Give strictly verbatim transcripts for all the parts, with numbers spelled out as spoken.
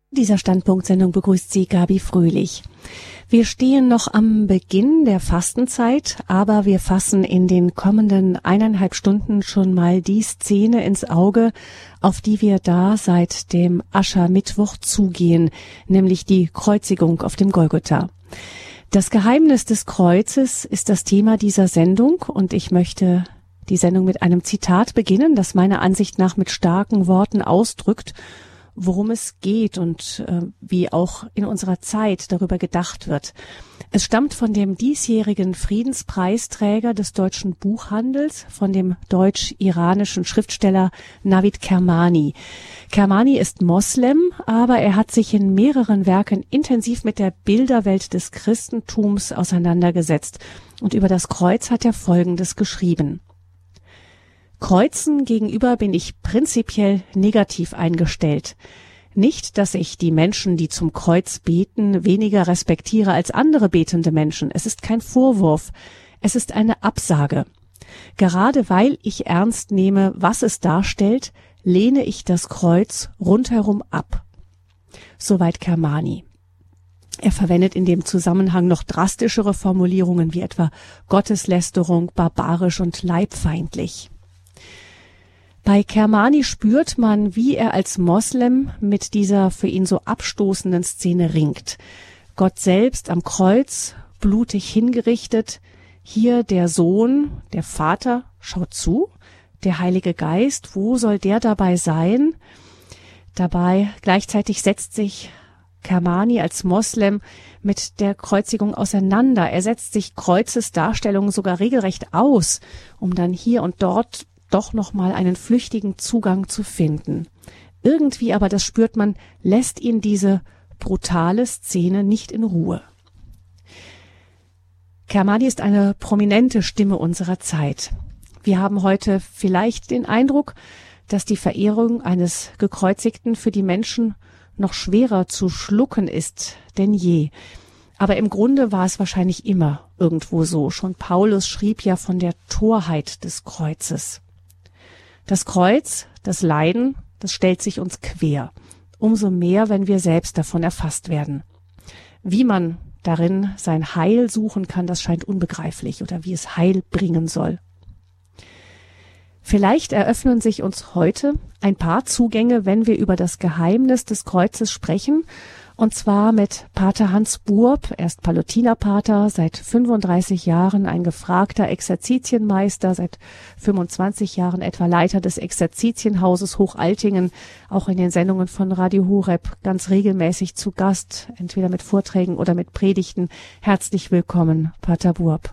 Dieser Standpunktsendung begrüßt Sie Gabi Fröhlich. Wir stehen noch am Beginn der Fastenzeit, aber wir fassen in den kommenden eineinhalb Stunden schon mal die Szene ins Auge, auf die wir da seit dem Aschermittwoch zugehen, nämlich die Kreuzigung auf dem Golgotha. Das Geheimnis des Kreuzes ist das Thema dieser Sendung und ich möchte die Sendung mit einem Zitat beginnen, das meiner Ansicht nach mit starken Worten ausdrückt, worum es geht und äh, wie auch in unserer Zeit darüber gedacht wird. Es stammt von dem diesjährigen Friedenspreisträger des deutschen Buchhandels, von dem deutsch-iranischen Schriftsteller Navid Kermani. Kermani ist Moslem, aber er hat sich in mehreren Werken intensiv mit der Bilderwelt des Christentums auseinandergesetzt. Und über das Kreuz hat er Folgendes geschrieben. Kreuzen gegenüber bin ich prinzipiell negativ eingestellt. Nicht, dass ich die Menschen, die zum Kreuz beten, weniger respektiere als andere betende Menschen. Es ist kein Vorwurf. Es ist eine Absage. Gerade weil ich ernst nehme, was es darstellt, lehne ich das Kreuz rundherum ab. Soweit Kermani. Er verwendet in dem Zusammenhang noch drastischere Formulierungen wie etwa Gotteslästerung, barbarisch und leibfeindlich. Bei Kermani spürt man, wie er als Moslem mit dieser für ihn so abstoßenden Szene ringt. Gott selbst am Kreuz, blutig hingerichtet, hier der Sohn, der Vater schaut zu, der Heilige Geist, wo soll der dabei sein? Dabei gleichzeitig setzt sich Kermani als Moslem mit der Kreuzigung auseinander. Er setzt sich Kreuzesdarstellungen sogar regelrecht aus, um dann hier und dort doch noch mal einen flüchtigen Zugang zu finden. Irgendwie aber, das spürt man, lässt ihn diese brutale Szene nicht in Ruhe. Kermani ist eine prominente Stimme unserer Zeit. Wir haben heute vielleicht den Eindruck, dass die Verehrung eines Gekreuzigten für die Menschen noch schwerer zu schlucken ist denn je. Aber im Grunde war es wahrscheinlich immer irgendwo so. Schon Paulus schrieb ja von der Torheit des Kreuzes. Das Kreuz, das Leiden, das stellt sich uns quer. Umso mehr, wenn wir selbst davon erfasst werden. Wie man darin sein Heil suchen kann, das scheint unbegreiflich oder wie es Heil bringen soll. Vielleicht eröffnen sich uns heute ein paar Zugänge, wenn wir über das Geheimnis des Kreuzes sprechen, und zwar mit Pater Hans Buob. Er ist Palutinerpater, seit fünfunddreißig Jahren ein gefragter Exerzitienmeister, seit fünfundzwanzig Jahren etwa Leiter des Exerzitienhauses Hochaltingen, auch in den Sendungen von Radio Horeb ganz regelmäßig zu Gast, entweder mit Vorträgen oder mit Predigten. Herzlich willkommen, Pater Buob.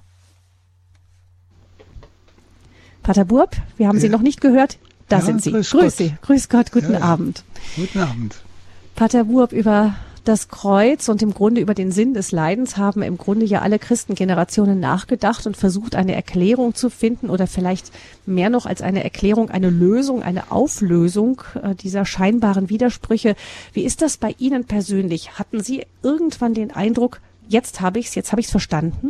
Pater Buob, wir haben ja. Sie noch nicht gehört. Da ja, sind Sie. Grüß, grüß Sie. Grüß Gott, guten ja, Abend. Guten Abend. Pater Buob, über das Kreuz und im Grunde über den Sinn des Leidens haben im Grunde ja alle Christengenerationen nachgedacht und versucht, eine Erklärung zu finden oder vielleicht mehr noch als eine Erklärung, eine Lösung, eine Auflösung äh, dieser scheinbaren Widersprüche. Wie ist das bei Ihnen persönlich? Hatten Sie irgendwann den Eindruck, jetzt habe ich es, jetzt habe ich es verstanden?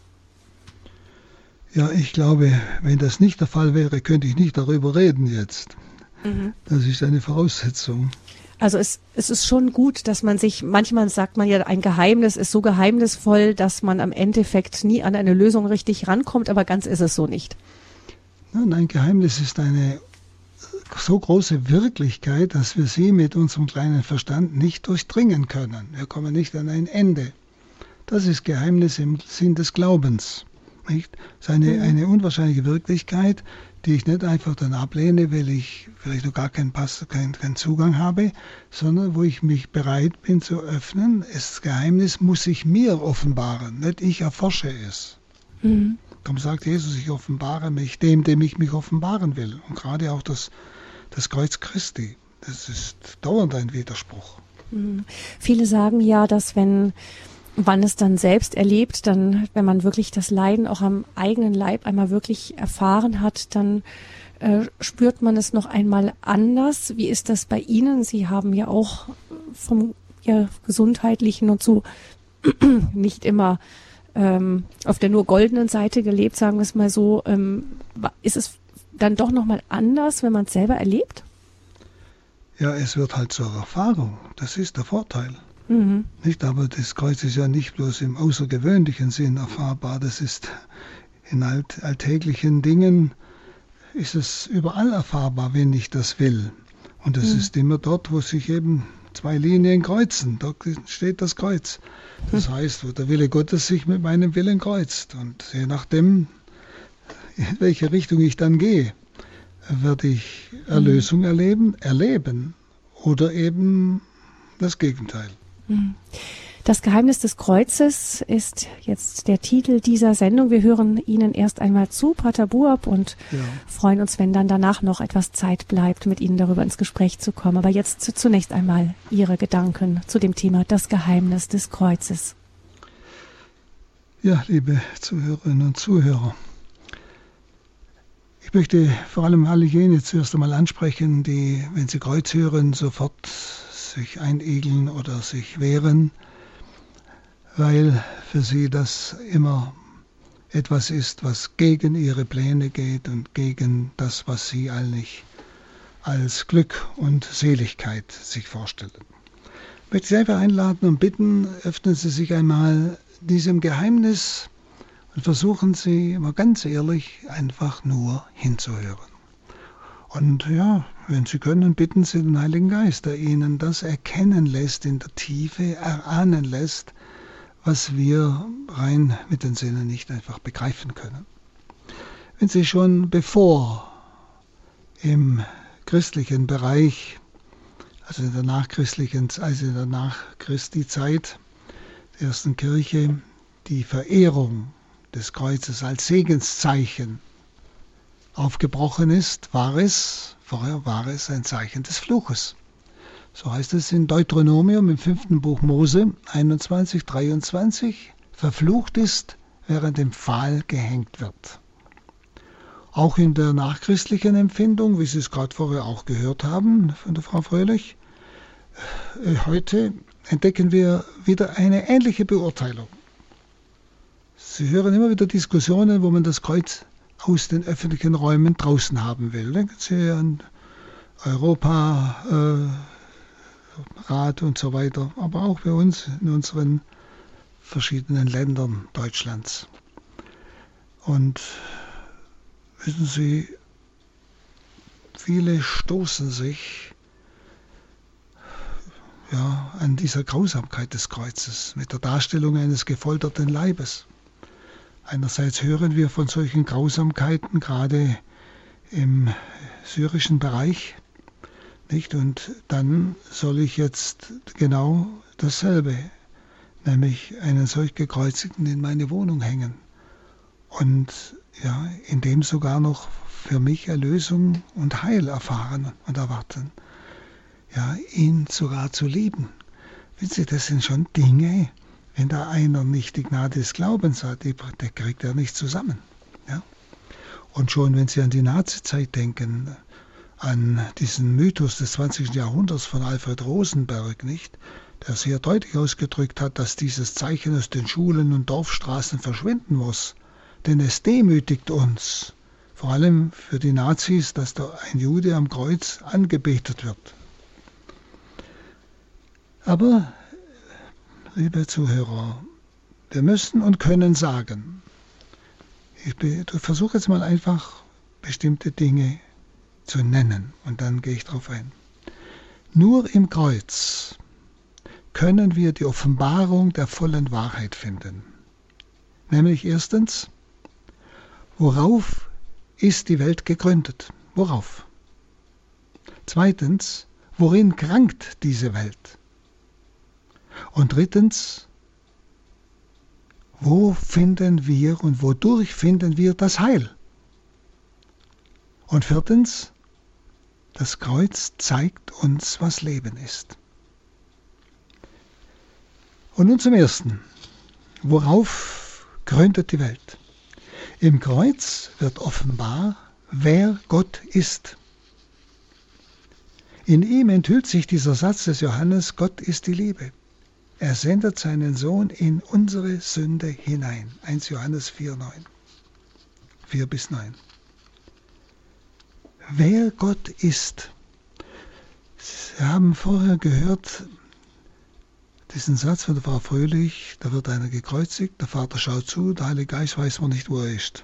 Ja, ich glaube, wenn das nicht der Fall wäre, könnte ich nicht darüber reden jetzt. Mhm. Das ist eine Voraussetzung. Also es, es ist schon gut, dass man sich, manchmal sagt man ja, ein Geheimnis ist so geheimnisvoll, dass man am Endeffekt nie an eine Lösung richtig rankommt, aber ganz ist es so nicht. Nein, ein Geheimnis ist eine so große Wirklichkeit, dass wir sie mit unserem kleinen Verstand nicht durchdringen können. Wir kommen nicht an ein Ende. Das ist Geheimnis im Sinn des Glaubens. Nicht? Das ist eine, mhm. eine unwahrscheinliche Wirklichkeit, die ich nicht einfach dann ablehne, weil ich vielleicht noch gar keinen Pass, keinen, keinen Zugang habe, sondern wo ich mich bereit bin zu öffnen. Das Geheimnis muss sich mir offenbaren, nicht ich erforsche es. Mhm. Darum sagt Jesus, ich offenbare mich dem, dem ich mich offenbaren will. Und gerade auch das, das Kreuz Christi, das ist dauernd ein Widerspruch. Mhm. Viele sagen ja, dass wenn wann es dann selbst erlebt, dann, wenn man wirklich das Leiden auch am eigenen Leib einmal wirklich erfahren hat, dann äh, spürt man es noch einmal anders. Wie ist das bei Ihnen? Sie haben ja auch vom ja, Gesundheitlichen und so nicht immer ähm, auf der nur goldenen Seite gelebt, sagen wir es mal so. Ähm, ist es dann doch noch mal anders, wenn man es selber erlebt? Ja, es wird halt zur Erfahrung. Das ist der Vorteil. Mhm. Nicht, aber das Kreuz ist ja nicht bloß im außergewöhnlichen Sinn erfahrbar. Das ist in alt, alltäglichen Dingen, ist es überall erfahrbar, wenn ich das will. Und es mhm. ist immer dort, wo sich eben zwei Linien kreuzen. Dort steht das Kreuz. Das mhm. heißt, wo der Wille Gottes sich mit meinem Willen kreuzt. Und je nachdem, in welche Richtung ich dann gehe, werde ich Erlösung mhm. erleben, erleben oder eben das Gegenteil. Das Geheimnis des Kreuzes ist jetzt der Titel dieser Sendung. Wir hören Ihnen erst einmal zu, Pater Buob, und ja. freuen uns, wenn dann danach noch etwas Zeit bleibt, mit Ihnen darüber ins Gespräch zu kommen. Aber jetzt zunächst einmal Ihre Gedanken zu dem Thema das Geheimnis des Kreuzes. Ja, liebe Zuhörerinnen und Zuhörer, ich möchte vor allem alle jene zuerst einmal ansprechen, die, wenn sie Kreuz hören, sofort sich einigeln oder sich wehren, weil für sie das immer etwas ist, was gegen ihre Pläne geht und gegen das, was sie eigentlich als Glück und Seligkeit sich vorstellen. Ich möchte Sie einfach einladen und bitten, öffnen Sie sich einmal diesem Geheimnis und versuchen Sie mal ganz ehrlich einfach nur hinzuhören. Und ja, wenn Sie können, bitten Sie den Heiligen Geist, der Ihnen das erkennen lässt, in der Tiefe erahnen lässt, was wir rein mit den Sinnen nicht einfach begreifen können. Wenn Sie schon bevor im christlichen Bereich, also in der nachchristlichen, also in der Nachchristi-Zeit der ersten Kirche, die Verehrung des Kreuzes als Segenszeichen aufgebrochen ist, war es, vorher war es ein Zeichen des Fluches. So heißt es in Deuteronomium im fünften Buch Mose einundzwanzig, dreiundzwanzig, verflucht ist, wer an dem Pfahl gehängt wird. Auch in der nachchristlichen Empfindung, wie Sie es gerade vorher auch gehört haben von der Frau Fröhlich, heute entdecken wir wieder eine ähnliche Beurteilung. Sie hören immer wieder Diskussionen, wo man das Kreuz aus den öffentlichen Räumen draußen haben will. Denken Sie an Europa, äh, Rat und so weiter, aber auch bei uns in unseren verschiedenen Ländern Deutschlands. Und wissen Sie, viele stoßen sich ja, an dieser Grausamkeit des Kreuzes mit der Darstellung eines gefolterten Leibes. Einerseits hören wir von solchen Grausamkeiten, gerade im syrischen Bereich, nicht? Und dann soll ich jetzt genau dasselbe, nämlich einen solch gekreuzigten in meine Wohnung hängen und ja, in dem sogar noch für mich Erlösung und Heil erfahren und erwarten. Ja, ihn sogar zu lieben. Wissen Sie, das sind schon Dinge, wenn da einer nicht die Gnade des Glaubens hat, der kriegt er nicht zusammen. Ja? Und schon, wenn Sie an die Nazizeit denken, an diesen Mythos des zwanzigsten Jahrhunderts von Alfred Rosenberg, nicht, der sehr deutlich ausgedrückt hat, dass dieses Zeichen aus den Schulen und Dorfstraßen verschwinden muss. Denn es demütigt uns, vor allem für die Nazis, dass da ein Jude am Kreuz angebetet wird. Aber, liebe Zuhörer, wir müssen und können sagen, ich versuche jetzt mal einfach bestimmte Dinge zu nennen und dann gehe ich darauf ein. Nur im Kreuz können wir die Offenbarung der vollen Wahrheit finden. Nämlich erstens, worauf ist die Welt gegründet? Worauf? Zweitens, worin krankt diese Welt? Und drittens, wo finden wir und wodurch finden wir das Heil? Und viertens, das Kreuz zeigt uns, was Leben ist. Und nun zum Ersten. Worauf gründet die Welt? Im Kreuz wird offenbar, wer Gott ist. In ihm enthüllt sich dieser Satz des Johannes, Gott ist die Liebe. Er sendet seinen Sohn in unsere Sünde hinein. erster Johannes vier, neun. vier bis neun. Wer Gott ist, Sie haben vorher gehört, diesen Satz von der Frau Fröhlich, da wird einer gekreuzigt, der Vater schaut zu, der Heilige Geist weiß man nicht, wo er ist.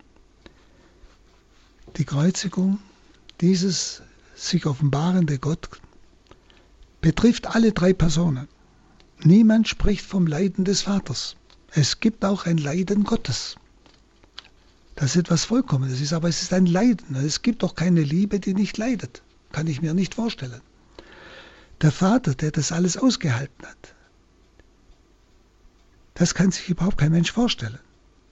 Die Kreuzigung, dieses sich offenbarende Gott, betrifft alle drei Personen. Niemand spricht vom Leiden des Vaters. Es gibt auch ein Leiden Gottes. Das ist etwas Vollkommenes ist, aber es ist ein Leiden. Es gibt doch keine Liebe, die nicht leidet. Kann ich mir nicht vorstellen. Der Vater, der das alles ausgehalten hat, das kann sich überhaupt kein Mensch vorstellen.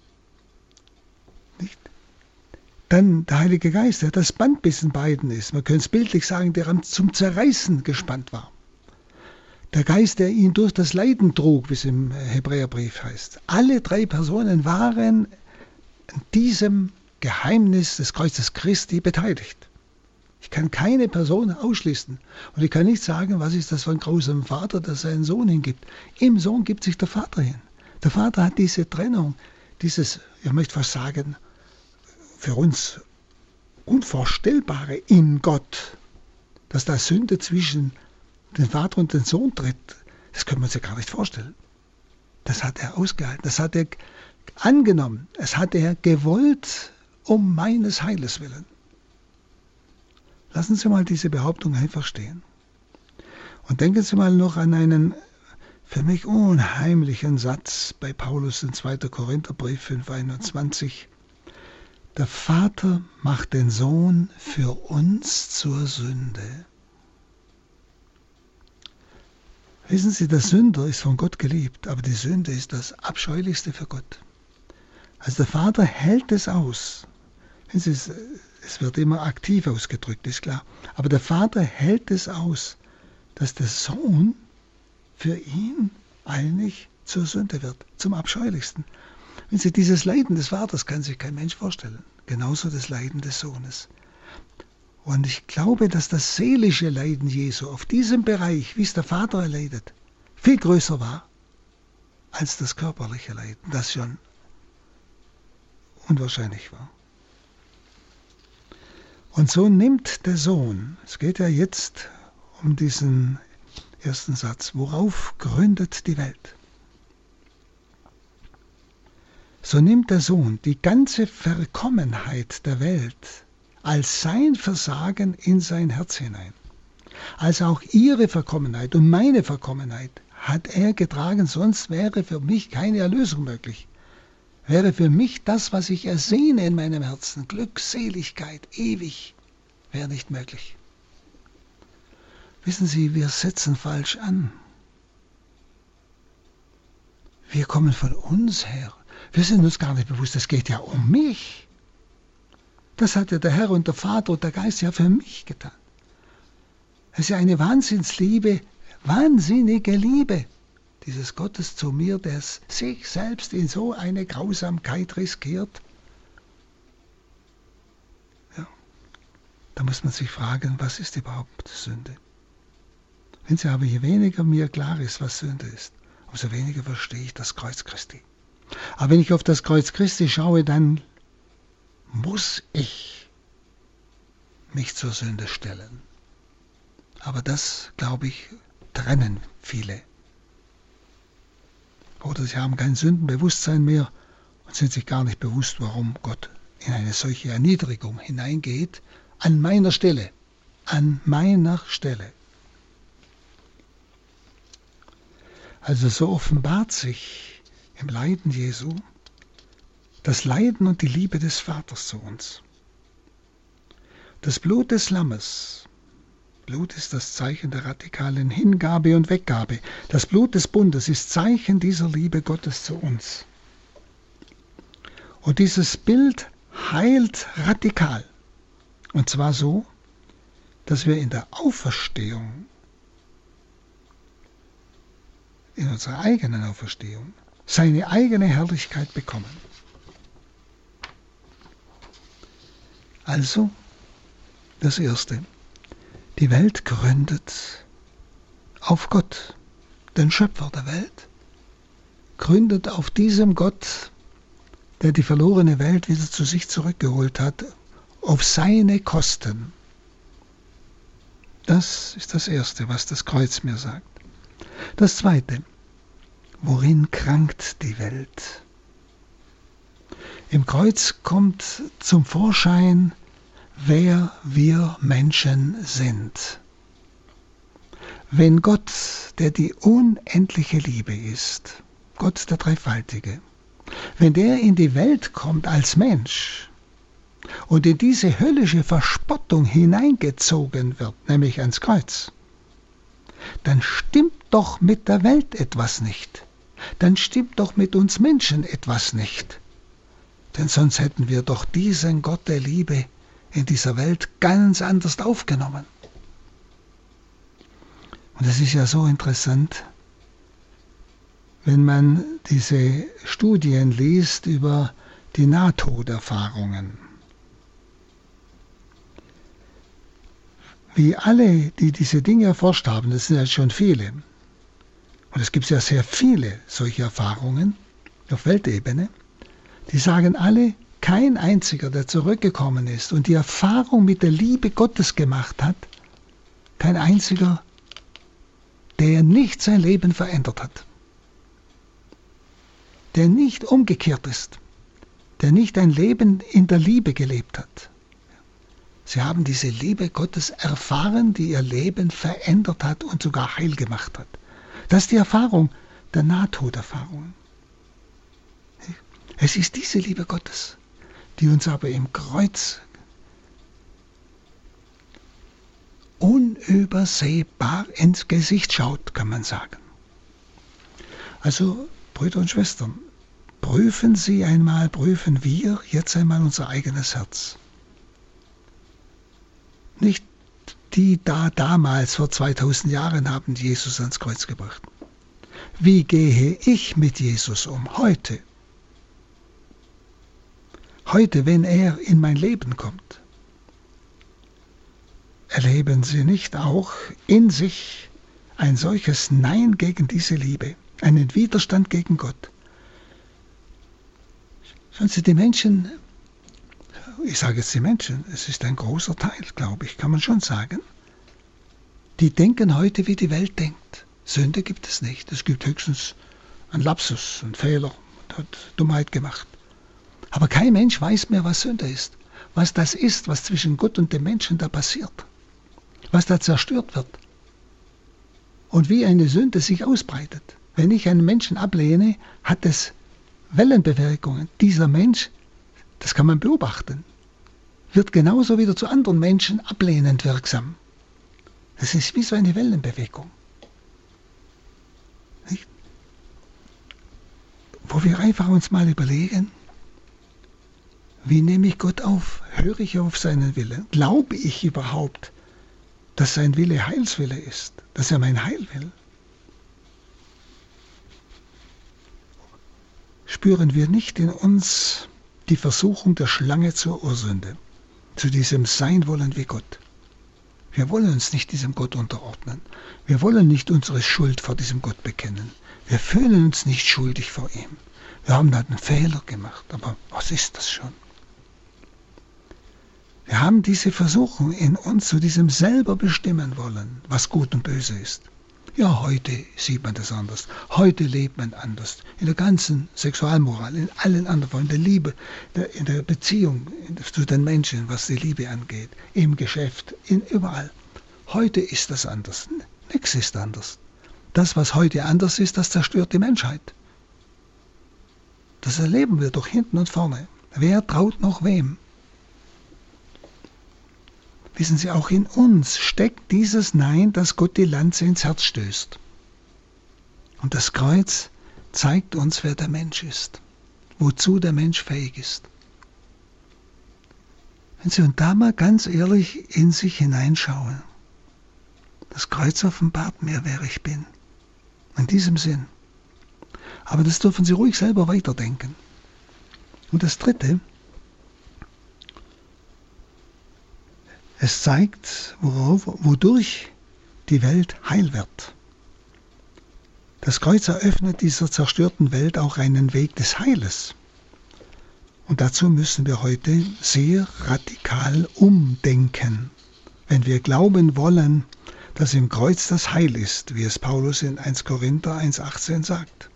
Nicht? Dann der Heilige Geist, der das Band bis in beiden ist. Man könnte es bildlich sagen, der zum Zerreißen gespannt war. Der Geist, der ihn durch das Leiden trug, wie es im Hebräerbrief heißt. Alle drei Personen waren an diesem Geheimnis des Kreuzes Christi beteiligt. Ich kann keine Person ausschließen. Und ich kann nicht sagen, was ist das für ein grausamer Vater, der seinen Sohn hingibt. Im Sohn gibt sich der Vater hin. Der Vater hat diese Trennung, dieses, ich möchte fast sagen, für uns Unvorstellbare in Gott, dass da Sünde zwischen den Vater und den Sohn tritt, das können wir uns ja gar nicht vorstellen. Das hat er ausgehalten, das hat er angenommen, es hat er gewollt um meines Heiles willen. Lassen Sie mal diese Behauptung einfach stehen. Und denken Sie mal noch an einen für mich unheimlichen Satz bei Paulus in zweiter Korintherbrief fünf einundzwanzig. Der Vater macht den Sohn für uns zur Sünde. Wissen Sie, der Sünder ist von Gott geliebt, aber die Sünde ist das Abscheulichste für Gott. Also der Vater hält es aus. Sie, es wird immer aktiv ausgedrückt, ist klar. Aber der Vater hält es aus, dass der Sohn für ihn eigentlich zur Sünde wird, zum Abscheulichsten. Wenn Sie dieses Leiden des Vaters kann sich kein Mensch vorstellen. Genauso das Leiden des Sohnes. Und ich glaube, dass das seelische Leiden Jesu auf diesem Bereich, wie es der Vater erleidet, viel größer war als das körperliche Leiden, das schon unwahrscheinlich war. Und so nimmt der Sohn, es geht ja jetzt um diesen ersten Satz, worauf gründet die Welt? So nimmt der Sohn die ganze Verkommenheit der Welt als sein Versagen in sein Herz hinein. Also auch ihre Verkommenheit und meine Verkommenheit hat er getragen, sonst wäre für mich keine Erlösung möglich. Wäre für mich das, was ich ersehne in meinem Herzen, Glückseligkeit, ewig, wäre nicht möglich. Wissen Sie, wir setzen falsch an. Wir kommen von uns her. Wir sind uns gar nicht bewusst, es geht ja um mich. Das hat ja der Herr und der Vater und der Geist ja für mich getan. Es ist ja eine Wahnsinnsliebe, wahnsinnige Liebe dieses Gottes zu mir, der sich selbst in so eine Grausamkeit riskiert. Ja, da muss man sich fragen, was ist überhaupt Sünde? Wenn Sie aber, je weniger mir klar ist, was Sünde ist, umso weniger verstehe ich das Kreuz Christi. Aber wenn ich auf das Kreuz Christi schaue, dann muss ich mich zur Sünde stellen. Aber das, glaube ich, trennen viele. Oder sie haben kein Sündenbewusstsein mehr und sind sich gar nicht bewusst, warum Gott in eine solche Erniedrigung hineingeht, an meiner Stelle, an meiner Stelle. Also so offenbart sich im Leiden Jesu das Leiden und die Liebe des Vaters zu uns. Das Blut des Lammes, Blut ist das Zeichen der radikalen Hingabe und Weggabe. Das Blut des Bundes ist Zeichen dieser Liebe Gottes zu uns. Und dieses Bild heilt radikal. Und zwar so, dass wir in der Auferstehung, in unserer eigenen Auferstehung, seine eigene Herrlichkeit bekommen. Also, das Erste. Die Welt gründet auf Gott, den Schöpfer der Welt, gründet auf diesem Gott, der die verlorene Welt wieder zu sich zurückgeholt hat, auf seine Kosten. Das ist das Erste, was das Kreuz mir sagt. Das Zweite, worin krankt die Welt? Im Kreuz kommt zum Vorschein, wer wir Menschen sind. Wenn Gott, der die unendliche Liebe ist, Gott der Dreifaltige, wenn der in die Welt kommt als Mensch und in diese höllische Verspottung hineingezogen wird, nämlich ans Kreuz, dann stimmt doch mit der Welt etwas nicht. Dann stimmt doch mit uns Menschen etwas nicht. Denn sonst hätten wir doch diesen Gott der Liebe in dieser Welt ganz anders aufgenommen. Und es ist ja so interessant, wenn man diese Studien liest über die Nahtoderfahrungen. Wie alle, die diese Dinge erforscht haben, das sind ja schon viele, und es gibt ja sehr viele solche Erfahrungen auf Weltebene, die sagen alle, kein einziger, der zurückgekommen ist und die Erfahrung mit der Liebe Gottes gemacht hat, kein einziger, der nicht sein Leben verändert hat, der nicht umgekehrt ist, der nicht ein Leben in der Liebe gelebt hat. Sie haben diese Liebe Gottes erfahren, die ihr Leben verändert hat und sogar heil gemacht hat. Das ist die Erfahrung der Nahtoderfahrungen. Es ist diese Liebe Gottes, die uns aber im Kreuz unübersehbar ins Gesicht schaut, kann man sagen. Also, Brüder und Schwestern, prüfen Sie einmal, prüfen wir jetzt einmal unser eigenes Herz. Nicht die da damals vor zweitausend Jahren haben Jesus ans Kreuz gebracht. Wie gehe ich mit Jesus um heute? Heute, wenn er in mein Leben kommt, erleben Sie nicht auch in sich ein solches Nein gegen diese Liebe, einen Widerstand gegen Gott? Schauen Sie, die Menschen, ich sage jetzt die Menschen, es ist ein großer Teil, glaube ich, kann man schon sagen, die denken heute, wie die Welt denkt. Sünde gibt es nicht, es gibt höchstens einen Lapsus, einen Fehler, und hat Dummheit gemacht. Aber kein Mensch weiß mehr, was Sünde ist, was das ist, was zwischen Gott und dem Menschen da passiert, was da zerstört wird und wie eine Sünde sich ausbreitet. Wenn ich einen Menschen ablehne, hat es Wellenbewegungen. Dieser Mensch, das kann man beobachten, wird genauso wieder zu anderen Menschen ablehnend wirksam. Das ist wie so eine Wellenbewegung. Nicht? Wo wir einfach uns mal überlegen, wie nehme ich Gott auf? Höre ich auf seinen Willen? Glaube ich überhaupt, dass sein Wille Heilswille ist, dass er mein Heil will? Spüren wir nicht in uns die Versuchung der Schlange zur Ursünde, zu diesem Sein wollen wie Gott? Wir wollen uns nicht diesem Gott unterordnen. Wir wollen nicht unsere Schuld vor diesem Gott bekennen. Wir fühlen uns nicht schuldig vor ihm. Wir haben da einen Fehler gemacht, aber was ist das schon? Wir haben diese Versuchung in uns, zu diesem selber bestimmen wollen, was gut und böse ist. Ja, heute sieht man das anders. Heute lebt man anders. In der ganzen Sexualmoral, in allen anderen Formen, in der Liebe, in der Beziehung zu den Menschen, was die Liebe angeht, im Geschäft, in überall. Heute ist das anders. Nichts ist anders. Das, was heute anders ist, das zerstört die Menschheit. Das erleben wir doch hinten und vorne. Wer traut noch wem? Wissen Sie, auch in uns steckt dieses Nein, das Gott die Lanze ins Herz stößt. Und das Kreuz zeigt uns, wer der Mensch ist, wozu der Mensch fähig ist. Wenn Sie und da mal ganz ehrlich in sich hineinschauen, das Kreuz offenbart mir, wer ich bin. In diesem Sinn. Aber das dürfen Sie ruhig selber weiterdenken. Und das Dritte, es zeigt, worauf, wodurch die Welt heil wird. Das Kreuz eröffnet dieser zerstörten Welt auch einen Weg des Heiles. Und dazu müssen wir heute sehr radikal umdenken. Wenn wir glauben wollen, dass im Kreuz das Heil ist, wie es Paulus in erster Korinther eins achtzehn sagt.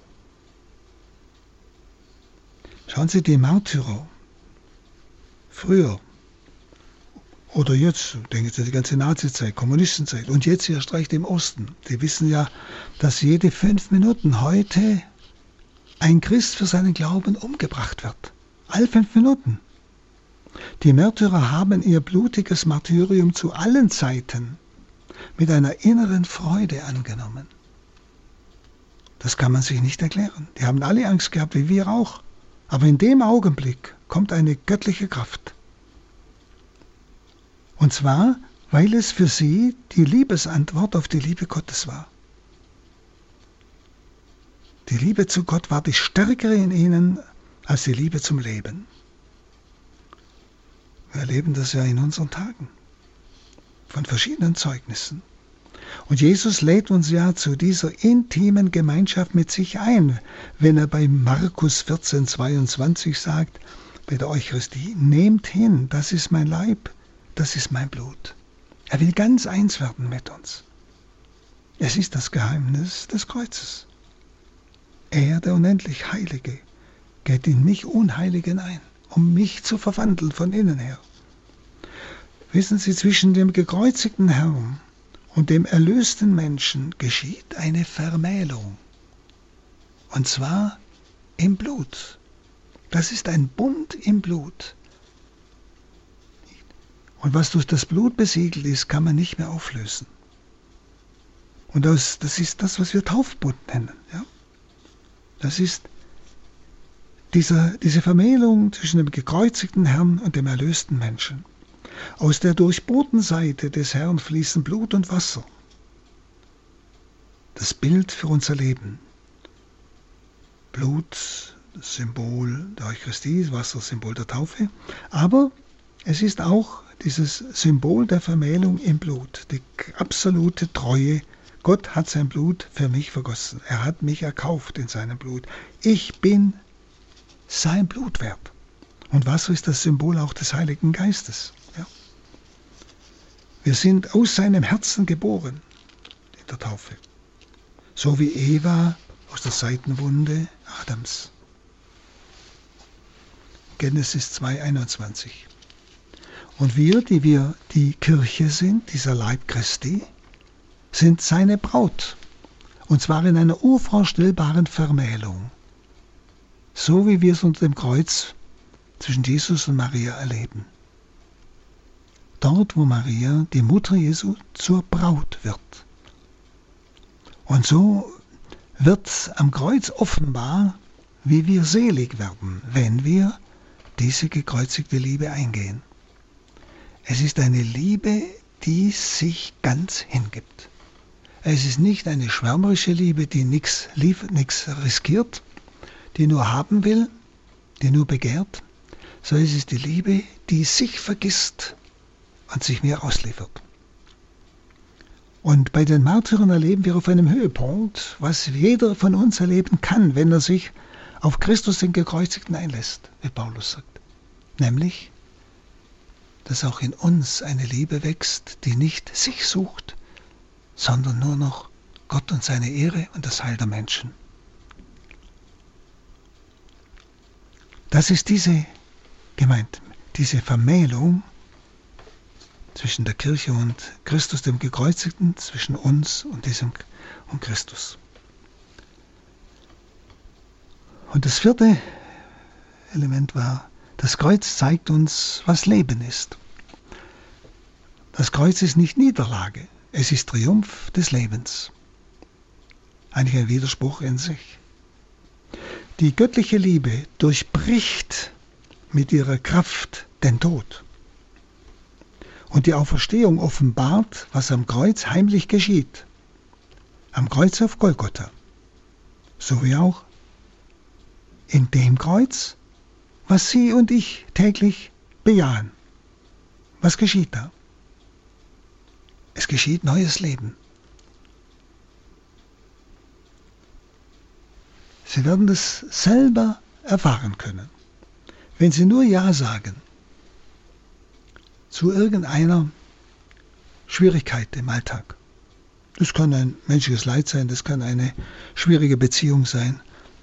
Schauen Sie, die Märtyrer, früher oder jetzt, denken Sie die ganze Nazizeit, Kommunistenzeit und jetzt erst recht im Osten, die wissen ja, dass jede fünf Minuten heute ein Christ für seinen Glauben umgebracht wird. All fünf Minuten. Die Märtyrer haben ihr blutiges Martyrium zu allen Zeiten mit einer inneren Freude angenommen. Das kann man sich nicht erklären. Die haben alle Angst gehabt, wie wir auch. Aber in dem Augenblick kommt eine göttliche Kraft. Und zwar, weil es für sie die Liebesantwort auf die Liebe Gottes war. Die Liebe zu Gott war die stärkere in ihnen als die Liebe zum Leben. Wir erleben das ja in unseren Tagen von verschiedenen Zeugnissen. Und Jesus lädt uns ja zu dieser intimen Gemeinschaft mit sich ein, wenn er bei Markus vierzehn zweiundzwanzig sagt, bei der Eucharistie, nehmt hin, das ist mein Leib, das ist mein Blut. Er will ganz eins werden mit uns. Es ist das Geheimnis des Kreuzes. Er, der unendlich Heilige, geht in mich Unheiligen ein, um mich zu verwandeln von innen her. Wissen Sie, zwischen dem gekreuzigten Herrn und dem erlösten Menschen geschieht eine Vermählung. Und zwar im Blut. Das ist ein Bund im Blut. Und was durch das Blut besiegelt ist, kann man nicht mehr auflösen. Und das, das ist das, was wir Taufbund nennen. Ja? Das ist dieser, diese Vermählung zwischen dem gekreuzigten Herrn und dem erlösten Menschen. Aus der durchbohrten Seite des Herrn fließen Blut und Wasser. Das Bild für unser Leben. Blut, das Symbol der Eucharistie, Wasser, Symbol der Taufe. Aber es ist auch dieses Symbol der Vermählung im Blut, die absolute Treue. Gott hat sein Blut für mich vergossen. Er hat mich erkauft in seinem Blut. Ich bin sein Blut wert. Und Wasser ist das Symbol auch des Heiligen Geistes. Ja. Wir sind aus seinem Herzen geboren in der Taufe. So wie Eva aus der Seitenwunde Adams. Genesis zwei einundzwanzig. Und wir, die wir die Kirche sind, dieser Leib Christi, sind seine Braut. Und zwar in einer unvorstellbaren Vermählung. So wie wir es unter dem Kreuz zwischen Jesus und Maria erleben. Dort, wo Maria, die Mutter Jesu, zur Braut wird. Und so wird am Kreuz offenbar, wie wir selig werden, wenn wir diese gekreuzigte Liebe eingehen. Es ist eine Liebe, die sich ganz hingibt. Es ist nicht eine schwärmerische Liebe, die nichts nichts riskiert, die nur haben will, die nur begehrt, sondern es ist die Liebe, die sich vergisst und sich mir ausliefert. Und bei den Märtyrern erleben wir auf einem Höhepunkt, was jeder von uns erleben kann, wenn er sich auf Christus den Gekreuzigten einlässt, wie Paulus sagt. Nämlich, dass auch in uns eine Liebe wächst, die nicht sich sucht, sondern nur noch Gott und seine Ehre und das Heil der Menschen. Das ist diese gemeint, diese Vermählung zwischen der Kirche und Christus, dem Gekreuzigten, zwischen uns und diesem und Christus. Und das vierte Element war, das Kreuz zeigt uns, was Leben ist. Das Kreuz ist nicht Niederlage, es ist Triumph des Lebens. Eigentlich ein Widerspruch in sich. Die göttliche Liebe durchbricht mit ihrer Kraft den Tod. Und die Auferstehung offenbart, was am Kreuz heimlich geschieht. Am Kreuz auf Golgotha. So wie auch in dem Kreuz, was Sie und ich täglich bejahen. Was geschieht da? Es geschieht neues Leben. Sie werden das selber erfahren können, wenn Sie nur Ja sagen zu irgendeiner Schwierigkeit im Alltag. Das kann ein menschliches Leid sein, das kann eine schwierige Beziehung sein.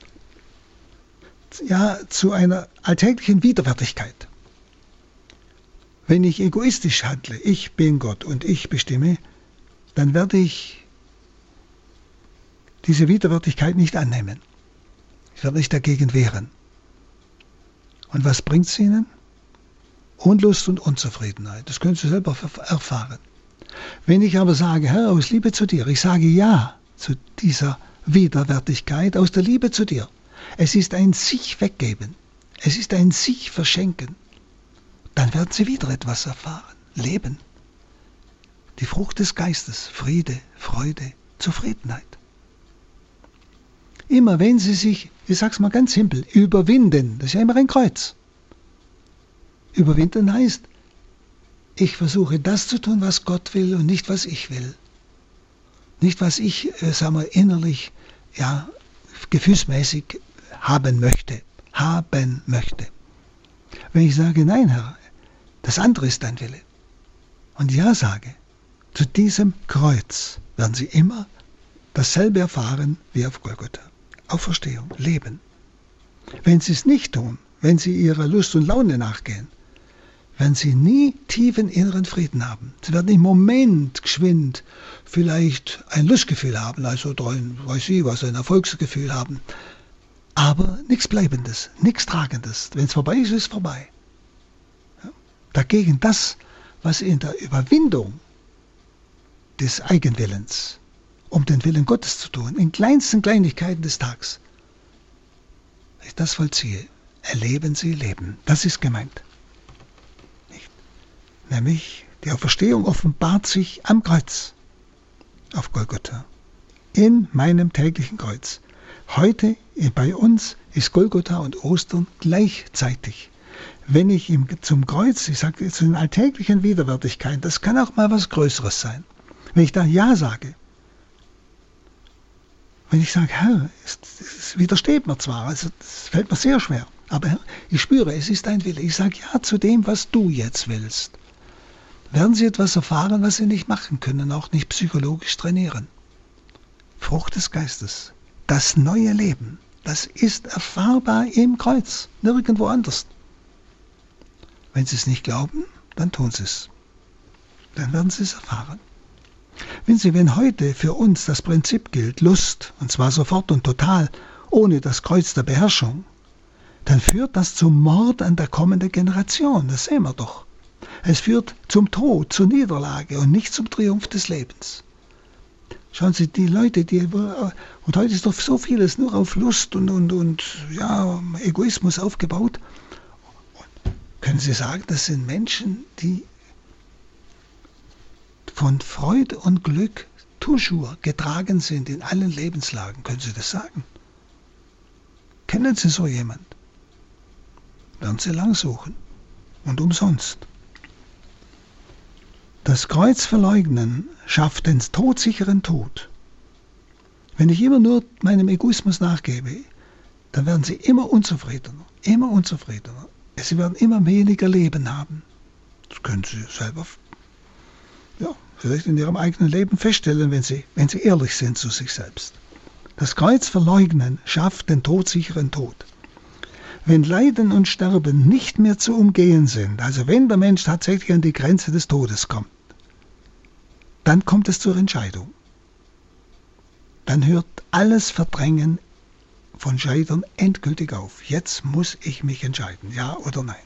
Ja, zu einer alltäglichen Widerwärtigkeit. Wenn ich egoistisch handle, ich bin Gott und ich bestimme, dann werde ich diese Widerwärtigkeit nicht annehmen. Ich werde mich dagegen wehren. Und was bringt es ihnen? Unlust und Unzufriedenheit. Das können Sie selber erfahren. Wenn ich aber sage, Herr, aus Liebe zu dir, ich sage Ja zu dieser Widerwärtigkeit aus der Liebe zu dir. Es ist ein sich weggeben. Es ist ein sich verschenken. Dann werden Sie wieder etwas erfahren. Leben. Die Frucht des Geistes. Friede, Freude, Zufriedenheit. Immer wenn Sie sich, ich sage es mal ganz simpel, überwinden, das ist ja immer ein Kreuz. Überwinden heißt, ich versuche das zu tun, was Gott will und nicht, was ich will. Nicht, was ich, äh, sagen wir, innerlich, ja, gefühlsmäßig haben möchte. Haben möchte. Wenn ich sage, nein, Herr, das andere ist dein Wille. Und Ja sage, zu diesem Kreuz werden Sie immer dasselbe erfahren wie auf Golgotha. Auferstehung, Leben. Wenn Sie es nicht tun, wenn Sie Ihrer Lust und Laune nachgehen, werden Sie nie tiefen inneren Frieden haben. Sie werden im Moment geschwind vielleicht ein Lustgefühl haben, also ein, weiß ich was, ein Erfolgsgefühl haben, aber nichts Bleibendes, nichts Tragendes. Wenn es vorbei ist, ist es vorbei. Ja. Dagegen das, was in der Überwindung des Eigenwillens, um den Willen Gottes zu tun, in kleinsten Kleinigkeiten des Tages, wenn ich das vollziehe, erleben Sie Leben. Das ist gemeint. Nicht? Nämlich, die Auferstehung offenbart sich am Kreuz, auf Golgotha, in meinem täglichen Kreuz. Heute bei uns ist Golgotha und Ostern gleichzeitig. Wenn ich ihm zum Kreuz, ich sage zu den alltäglichen Widerwärtigkeiten, das kann auch mal was Größeres sein. Wenn ich da Ja sage, wenn ich sage, Herr, es, es widersteht mir zwar, also es fällt mir sehr schwer, aber Herr, ich spüre, es ist dein Wille. Ich sage Ja zu dem, was du jetzt willst. Werden Sie etwas erfahren, was Sie nicht machen können, auch nicht psychologisch trainieren. Frucht des Geistes, das neue Leben, das ist erfahrbar im Kreuz, nirgendwo anders. Wenn Sie es nicht glauben, dann tun Sie es. Dann werden Sie es erfahren. Wenn Sie, wenn heute für uns das Prinzip gilt, Lust, und zwar sofort und total, ohne das Kreuz der Beherrschung, dann führt das zum Mord an der kommenden Generation. Das sehen wir doch. Es führt zum Tod, zur Niederlage und nicht zum Triumph des Lebens. Schauen Sie, die Leute, die, und heute ist doch so vieles nur auf Lust und, und, und ja, Egoismus aufgebaut. Und können Sie sagen, das sind Menschen, die von Freude und Glück toujours getragen sind in allen Lebenslagen. Können Sie das sagen? Kennen Sie so jemand? Werden Sie lang suchen. Und umsonst. Das Kreuz verleugnen schafft den todsicheren Tod. Wenn ich immer nur meinem Egoismus nachgebe, dann werden Sie immer unzufriedener, immer unzufriedener. Sie werden immer weniger Leben haben. Das können Sie selber ja, vielleicht in Ihrem eigenen Leben feststellen, wenn Sie, wenn Sie ehrlich sind zu sich selbst. Das Kreuz verleugnen schafft den todsicheren Tod. Wenn Leiden und Sterben nicht mehr zu umgehen sind, also wenn der Mensch tatsächlich an die Grenze des Todes kommt, dann kommt es zur Entscheidung. Dann hört alles Verdrängen von Scheitern endgültig auf. Jetzt muss ich mich entscheiden, ja oder nein.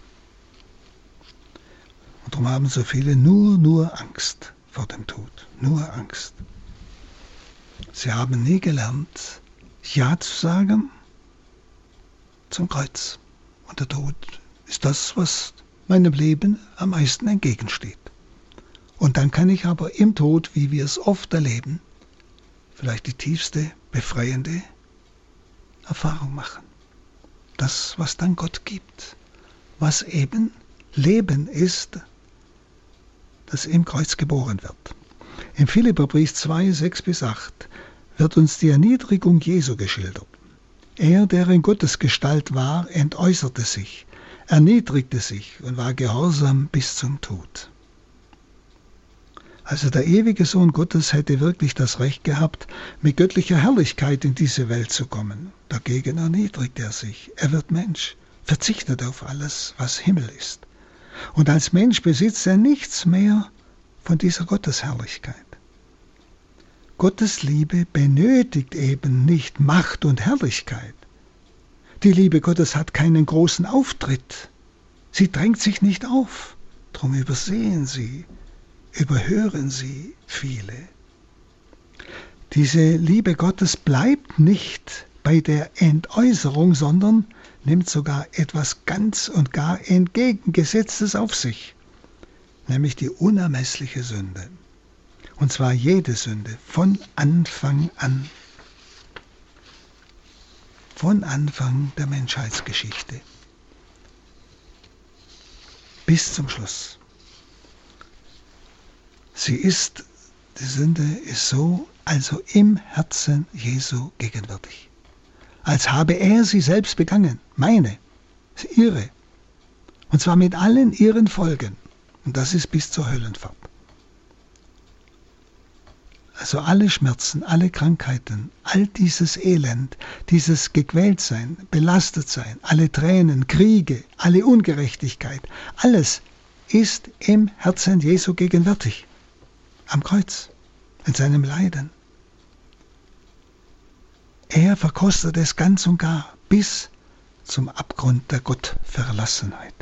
Und darum haben so viele nur, nur Angst vor dem Tod. Nur Angst. Sie haben nie gelernt, Ja zu sagen zum Kreuz. Und der Tod ist das, was meinem Leben am meisten entgegensteht. Und dann kann ich aber im Tod, wie wir es oft erleben, vielleicht die tiefste, befreiende Erfahrung machen. Das, was dann Gott gibt. Was eben Leben ist, das im Kreuz geboren wird. Im Philipperbrief zwei, sechs bis acht wird uns die Erniedrigung Jesu geschildert. Er, der in Gottes Gestalt war, entäußerte sich, erniedrigte sich und war gehorsam bis zum Tod. Also der ewige Sohn Gottes hätte wirklich das Recht gehabt, mit göttlicher Herrlichkeit in diese Welt zu kommen. Dagegen erniedrigt er sich. Er wird Mensch, verzichtet auf alles, was Himmel ist. Und als Mensch besitzt er nichts mehr von dieser Gottesherrlichkeit. Gottes Liebe benötigt eben nicht Macht und Herrlichkeit. Die Liebe Gottes hat keinen großen Auftritt. Sie drängt sich nicht auf. Drum übersehen sie, überhören sie viele. Diese Liebe Gottes bleibt nicht bei der Entäußerung, sondern nimmt sogar etwas ganz und gar Entgegengesetztes auf sich, nämlich die unermessliche Sünde. Und zwar jede Sünde, von Anfang an. Von Anfang der Menschheitsgeschichte bis zum Schluss. Sie ist, die Sünde ist so, also im Herzen Jesu gegenwärtig. Als habe er sie selbst begangen, meine, ihre. Und zwar mit allen ihren Folgen. Und das ist bis zur Höllenfahrt. Also alle Schmerzen, alle Krankheiten, all dieses Elend, dieses Gequältsein, Belastetsein, alle Tränen, Kriege, alle Ungerechtigkeit, alles ist im Herzen Jesu gegenwärtig. Am Kreuz, in seinem Leiden. Er verkostet es ganz und gar bis zum Abgrund der Gottverlassenheit.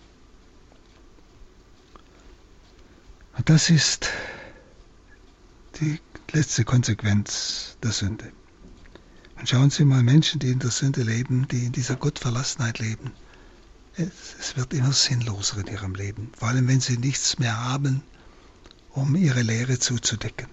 Und das ist die letzte Konsequenz der Sünde. Und schauen Sie mal, Menschen, die in der Sünde leben, die in dieser Gottverlassenheit leben, es, es wird immer sinnloser in ihrem Leben, vor allem wenn sie nichts mehr haben, um ihre Leere zuzudecken.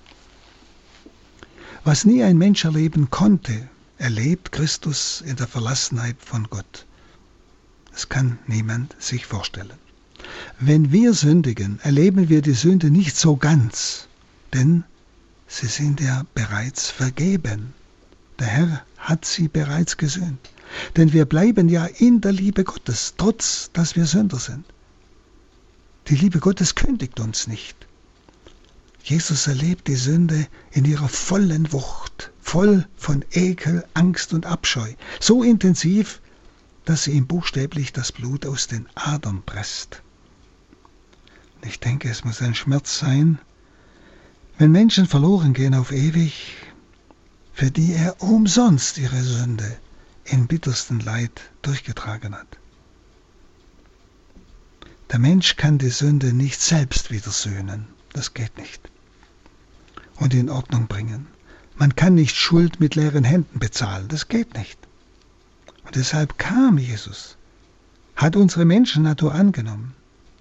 Was nie ein Mensch erleben konnte, erlebt Christus in der Verlassenheit von Gott. Das kann niemand sich vorstellen. Wenn wir sündigen, erleben wir die Sünde nicht so ganz, denn sie sind ja bereits vergeben. Der Herr hat sie bereits gesühnt. Denn wir bleiben ja in der Liebe Gottes, trotz dass wir Sünder sind. Die Liebe Gottes kündigt uns nicht. Jesus erlebt die Sünde in ihrer vollen Wucht, voll von Ekel, Angst und Abscheu. So intensiv, dass sie ihm buchstäblich das Blut aus den Adern presst. Und ich denke, es muss ein Schmerz sein, wenn Menschen verloren gehen auf ewig, für die er umsonst ihre Sünde in bittersten Leid durchgetragen hat. Der Mensch kann die Sünde nicht selbst wieder sühnen, das geht nicht, und in Ordnung bringen. Man kann nicht Schuld mit leeren Händen bezahlen, das geht nicht. Und deshalb kam Jesus, hat unsere Menschennatur angenommen.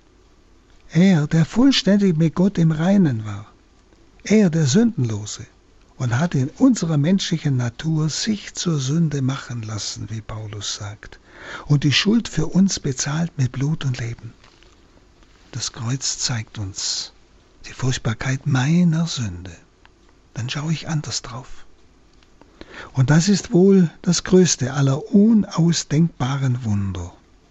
Er, der vollständig mit Gott im Reinen war, er, der Sündenlose, und hat in unserer menschlichen Natur sich zur Sünde machen lassen, wie Paulus sagt, und die Schuld für uns bezahlt mit Blut und Leben. Das Kreuz zeigt uns die Furchtbarkeit meiner Sünde. Dann schaue ich anders drauf. Und das ist wohl das größte aller unausdenkbaren Wunder.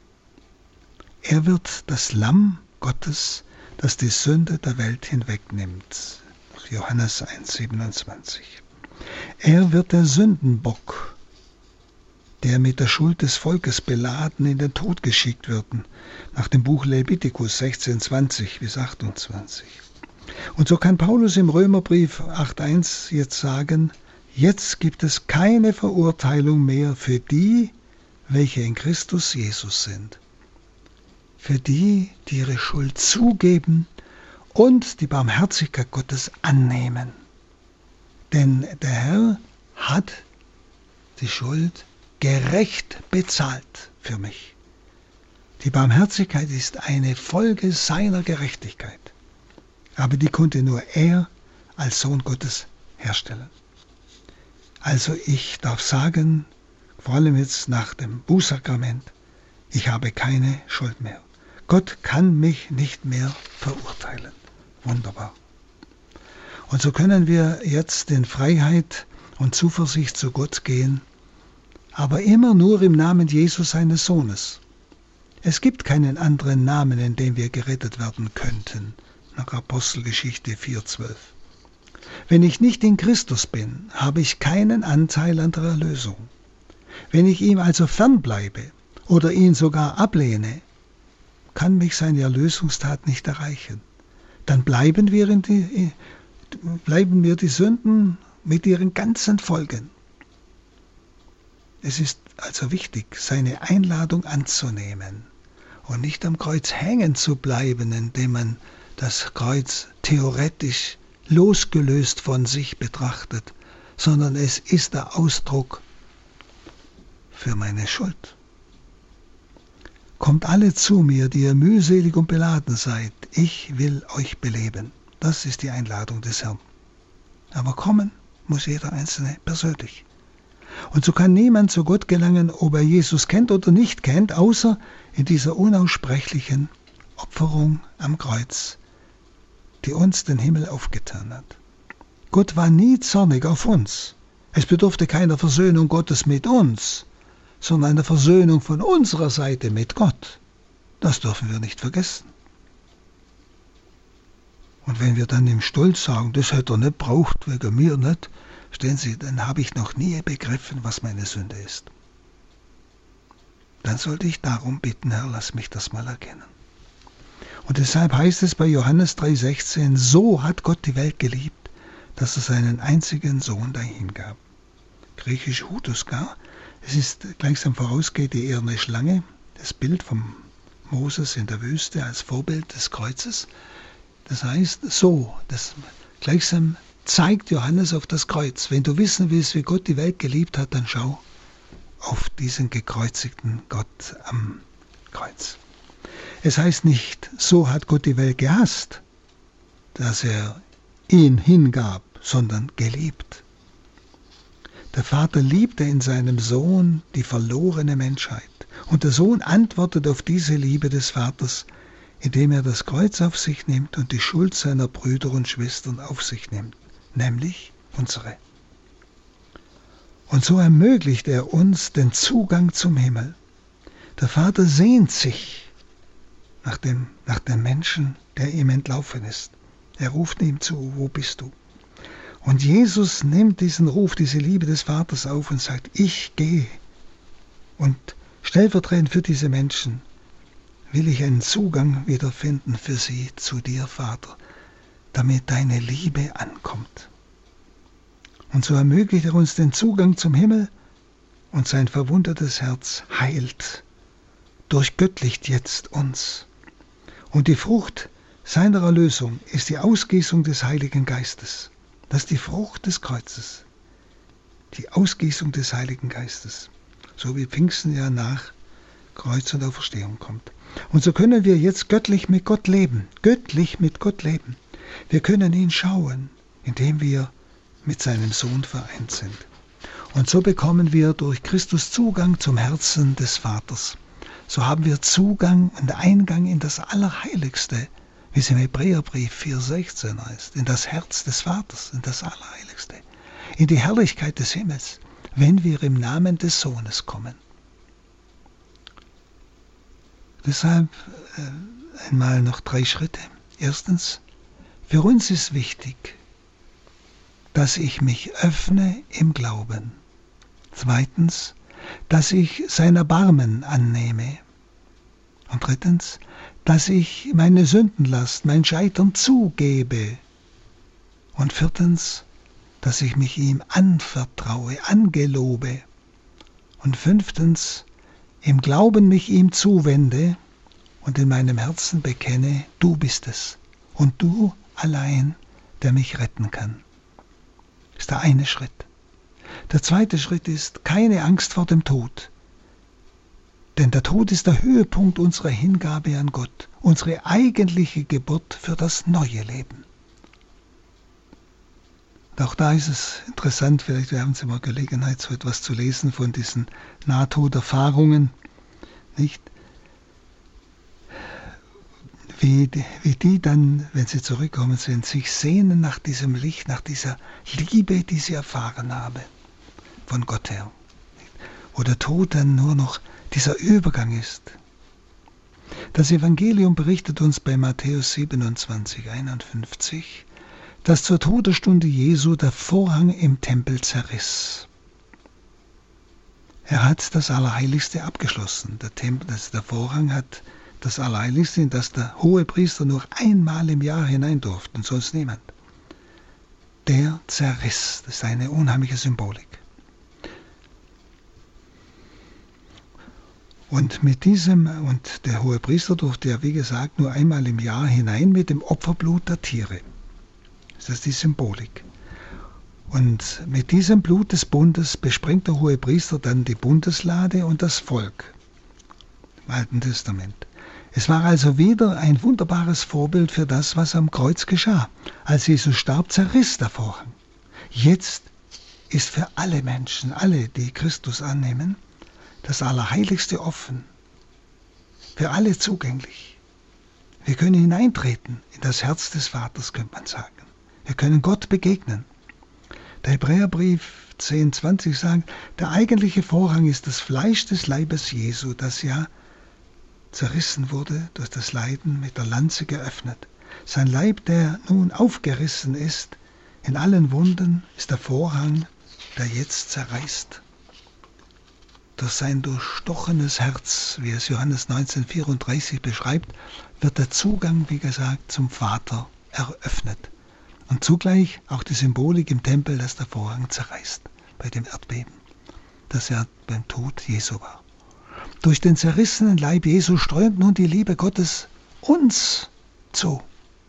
Er wird das Lamm Gottes, das die Sünde der Welt hinwegnimmt. Johannes eins siebenundzwanzig. Er wird der Sündenbock, der mit der Schuld des Volkes beladen in den Tod geschickt wird, nach dem Buch Levitikus sechzehn zwanzig bis achtundzwanzig. Und so kann Paulus im Römerbrief acht eins jetzt sagen, jetzt gibt es keine Verurteilung mehr für die, welche in Christus Jesus sind. Für die, die ihre Schuld zugeben und die Barmherzigkeit Gottes annehmen. Denn der Herr hat die Schuld gerecht bezahlt für mich. Die Barmherzigkeit ist eine Folge seiner Gerechtigkeit. Aber die konnte nur er als Sohn Gottes herstellen. Also ich darf sagen, vor allem jetzt nach dem Bußsakrament, ich habe keine Schuld mehr. Gott kann mich nicht mehr verurteilen. Wunderbar. Und so können wir jetzt in Freiheit und Zuversicht zu Gott gehen, aber immer nur im Namen Jesus seines Sohnes. Es gibt keinen anderen Namen, in dem wir gerettet werden könnten. nach Apostelgeschichte vier zwölf. Wenn ich nicht in Christus bin, habe ich keinen Anteil an der Erlösung. Wenn ich ihm also fernbleibe oder ihn sogar ablehne, kann mich seine Erlösungstat nicht erreichen. Dann bleiben wir, in die, bleiben wir die Sünden mit ihren ganzen Folgen. Es ist also wichtig, seine Einladung anzunehmen und nicht am Kreuz hängen zu bleiben, indem man das Kreuz theoretisch losgelöst von sich betrachtet, sondern es ist der Ausdruck für meine Schuld. Kommt alle zu mir, die ihr mühselig und beladen seid, ich will euch beleben. Das ist die Einladung des Herrn. Aber kommen muss jeder Einzelne persönlich. Und so kann niemand zu Gott gelangen, ob er Jesus kennt oder nicht kennt, außer in dieser unaussprechlichen Opferung am Kreuz, die uns den Himmel aufgetan hat. Gott war nie zornig auf uns. Es bedurfte keiner Versöhnung Gottes mit uns, sondern einer Versöhnung von unserer Seite mit Gott. Das dürfen wir nicht vergessen. Und wenn wir dann im Stolz sagen, das hätte er nicht braucht, wegen mir nicht, stellen Sie, dann habe ich noch nie begriffen, was meine Sünde ist. Dann sollte ich darum bitten, Herr, lass mich das mal erkennen. Und deshalb heißt es bei Johannes drei sechzehn, so hat Gott die Welt geliebt, dass er seinen einzigen Sohn dahingab. Griechisch Hutuska, es ist gleichsam vorausgeht die eherne Schlange, das Bild von Moses in der Wüste als Vorbild des Kreuzes. Das heißt, so, das gleichsam zeigt Johannes auf das Kreuz. Wenn du wissen willst, wie Gott die Welt geliebt hat, dann schau auf diesen gekreuzigten Gott am Kreuz. Es heißt nicht, so hat Gott die Welt gehasst, dass er ihn hingab, sondern geliebt. Der Vater liebte in seinem Sohn die verlorene Menschheit. Und der Sohn antwortet auf diese Liebe des Vaters, indem er das Kreuz auf sich nimmt und die Schuld seiner Brüder und Schwestern auf sich nimmt, nämlich unsere. Und so ermöglicht er uns den Zugang zum Himmel. Der Vater sehnt sich nach dem, nach dem Menschen, der ihm entlaufen ist. Er ruft ihm zu, wo bist du? Und Jesus nimmt diesen Ruf, diese Liebe des Vaters auf und sagt, ich gehe. Und stellvertretend für diese Menschen will ich einen Zugang wiederfinden für sie zu dir, Vater, damit deine Liebe ankommt. Und so ermöglicht er uns den Zugang zum Himmel und sein verwundetes Herz heilt, durchgöttlicht jetzt uns. Und die Frucht seiner Erlösung ist die Ausgießung des Heiligen Geistes. Das ist die Frucht des Kreuzes, die Ausgießung des Heiligen Geistes, so wie Pfingsten ja nach Kreuz und Auferstehung kommt. Und so können wir jetzt göttlich mit Gott leben, göttlich mit Gott leben. Wir können ihn schauen, indem wir mit seinem Sohn vereint sind. Und so bekommen wir durch Christus Zugang zum Herzen des Vaters. So haben wir Zugang und Eingang in das Allerheiligste, wie es im Hebräerbrief vier sechzehn heißt, in das Herz des Vaters, in das Allerheiligste, in die Herrlichkeit des Himmels, wenn wir im Namen des Sohnes kommen. Deshalb äh, einmal noch drei Schritte. Erstens, für uns ist wichtig, dass ich mich öffne im Glauben. Zweitens, dass ich sein Erbarmen annehme. Und drittens, dass ich meine Sündenlast, mein Scheitern zugebe. Und viertens, dass ich mich ihm anvertraue, angelobe. Und fünftens, im Glauben mich ihm zuwende und in meinem Herzen bekenne, du bist es und du allein, der mich retten kann. Das ist der eine Schritt. Der zweite Schritt ist keine Angst vor dem Tod. Denn der Tod ist der Höhepunkt unserer Hingabe an Gott, unsere eigentliche Geburt für das neue Leben. Und auch da ist es interessant, vielleicht wir haben Sie mal Gelegenheit, so etwas zu lesen von diesen Nahtoderfahrungen, nicht? Wie die, wie die dann, wenn sie zurückkommen sind, sich sehnen nach diesem Licht, nach dieser Liebe, die sie erfahren haben, von Gott her. Wo der Tod dann nur noch dieser Übergang ist. Das Evangelium berichtet uns bei Matthäus siebenundzwanzig, einundfünfzig, dass zur Todesstunde Jesu der Vorhang im Tempel zerriss. Er hat das Allerheiligste abgeschlossen. Der, Tempel, das, der Vorhang hat das Allerheiligste, in das der Hohepriester nur einmal im Jahr hinein durfte und sonst niemand. Der zerriss. Das ist eine unheimliche Symbolik. Und mit diesem, und der Hohepriester durfte ja wie gesagt nur einmal im Jahr hinein mit dem Opferblut der Tiere. Das ist die Symbolik. Und mit diesem Blut des Bundes besprengt der Hohepriester dann die Bundeslade und das Volk im Alten Testament. Es war also wieder ein wunderbares Vorbild für das, was am Kreuz geschah. Als Jesus starb, zerriss der Vorhang. Jetzt ist für alle Menschen, alle, die Christus annehmen, das Allerheiligste offen, für alle zugänglich. Wir können hineintreten in das Herz des Vaters, könnte man sagen. Wir können Gott begegnen. Der Hebräerbrief zehn zwanzig sagt, der eigentliche Vorhang ist das Fleisch des Leibes Jesu, das ja zerrissen wurde durch das Leiden, mit der Lanze geöffnet. Sein Leib, der nun aufgerissen ist, in allen Wunden, ist der Vorhang, der jetzt zerreißt. Durch sein durchstochenes Herz, wie es Johannes neunzehn vierunddreißig beschreibt, wird der Zugang, wie gesagt, zum Vater eröffnet. Und zugleich auch die Symbolik im Tempel, dass der Vorhang zerreißt bei dem Erdbeben, das ja beim Tod Jesu war. Durch den zerrissenen Leib Jesu strömt nun die Liebe Gottes uns zu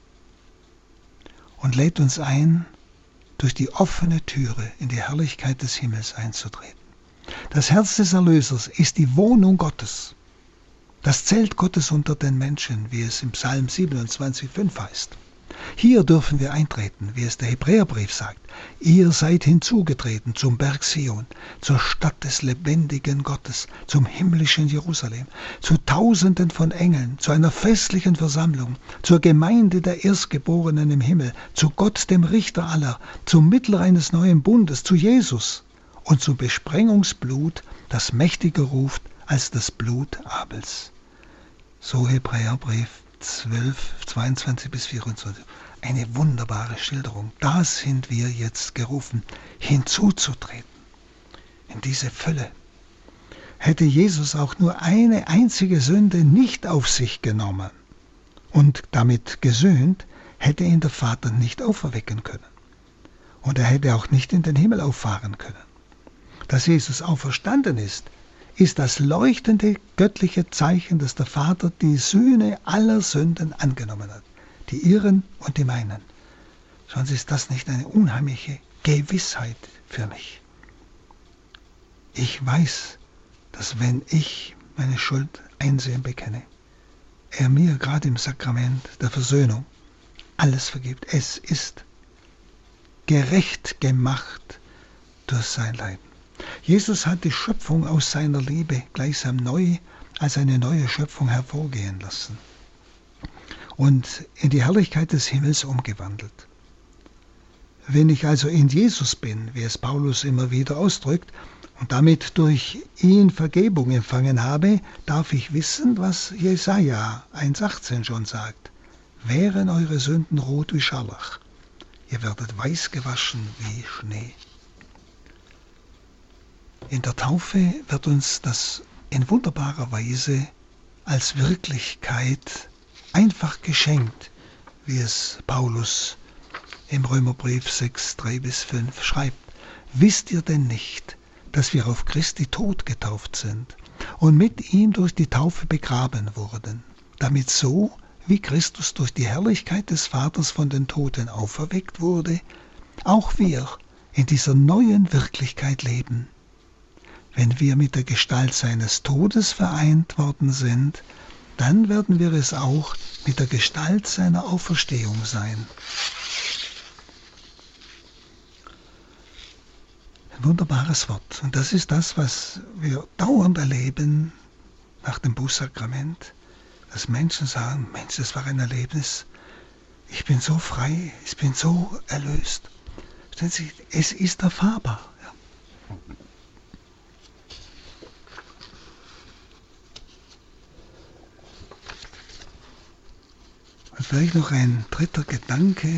und lädt uns ein, durch die offene Türe in die Herrlichkeit des Himmels einzutreten. Das Herz des Erlösers ist die Wohnung Gottes, das Zelt Gottes unter den Menschen, wie es im Psalm siebenundzwanzig fünf heißt. Hier dürfen wir eintreten, wie es der Hebräerbrief sagt. Ihr seid hinzugetreten zum Berg Sion, zur Stadt des lebendigen Gottes, zum himmlischen Jerusalem, zu Tausenden von Engeln, zu einer festlichen Versammlung, zur Gemeinde der Erstgeborenen im Himmel, zu Gott, dem Richter aller, zum Mittler eines neuen Bundes, zu Jesus und zum Besprengungsblut, das mächtiger ruft als das Blut Abels. So Hebräerbrief zwölf, zweiundzwanzig bis vierundzwanzig. Eine wunderbare Schilderung. Da sind wir jetzt gerufen, hinzuzutreten in diese Fülle. Hätte Jesus auch nur eine einzige Sünde nicht auf sich genommen und damit gesöhnt, hätte ihn der Vater nicht auferwecken können. Und er hätte auch nicht in den Himmel auffahren können. Dass Jesus auferstanden ist, ist das leuchtende göttliche Zeichen, dass der Vater die Sühne aller Sünden angenommen hat. Die ihren und die meinen. Sonst ist das nicht eine unheimliche Gewissheit für mich. Ich weiß, dass wenn ich meine Schuld einsehen bekenne, er mir gerade im Sakrament der Versöhnung alles vergibt. Es ist gerecht gemacht durch sein Leiden. Jesus hat die Schöpfung aus seiner Liebe gleichsam neu als eine neue Schöpfung hervorgehen lassen und in die Herrlichkeit des Himmels umgewandelt. Wenn ich also in Jesus bin, wie es Paulus immer wieder ausdrückt, und damit durch ihn Vergebung empfangen habe, darf ich wissen, was Jesaja eins achtzehn schon sagt. Wären eure Sünden rot wie Scharlach, ihr werdet weiß gewaschen wie Schnee. In der Taufe wird uns das in wunderbarer Weise als Wirklichkeit einfach geschenkt, wie es Paulus im Römerbrief sechs, drei bis fünf schreibt. Wisst ihr denn nicht, dass wir auf Christi Tod getauft sind und mit ihm durch die Taufe begraben wurden, damit so, wie Christus durch die Herrlichkeit des Vaters von den Toten auferweckt wurde, auch wir in dieser neuen Wirklichkeit leben. Wenn wir mit der Gestalt seines Todes vereint worden sind, dann werden wir es auch mit der Gestalt seiner Auferstehung sein. Ein wunderbares Wort. Und das ist das, was wir dauernd erleben nach dem Bußsakrament, dass Menschen sagen, Mensch, das war ein Erlebnis, ich bin so frei, ich bin so erlöst. Stellen Sie, es ist erfahrbar. Ja. vielleicht noch ein dritter Gedanke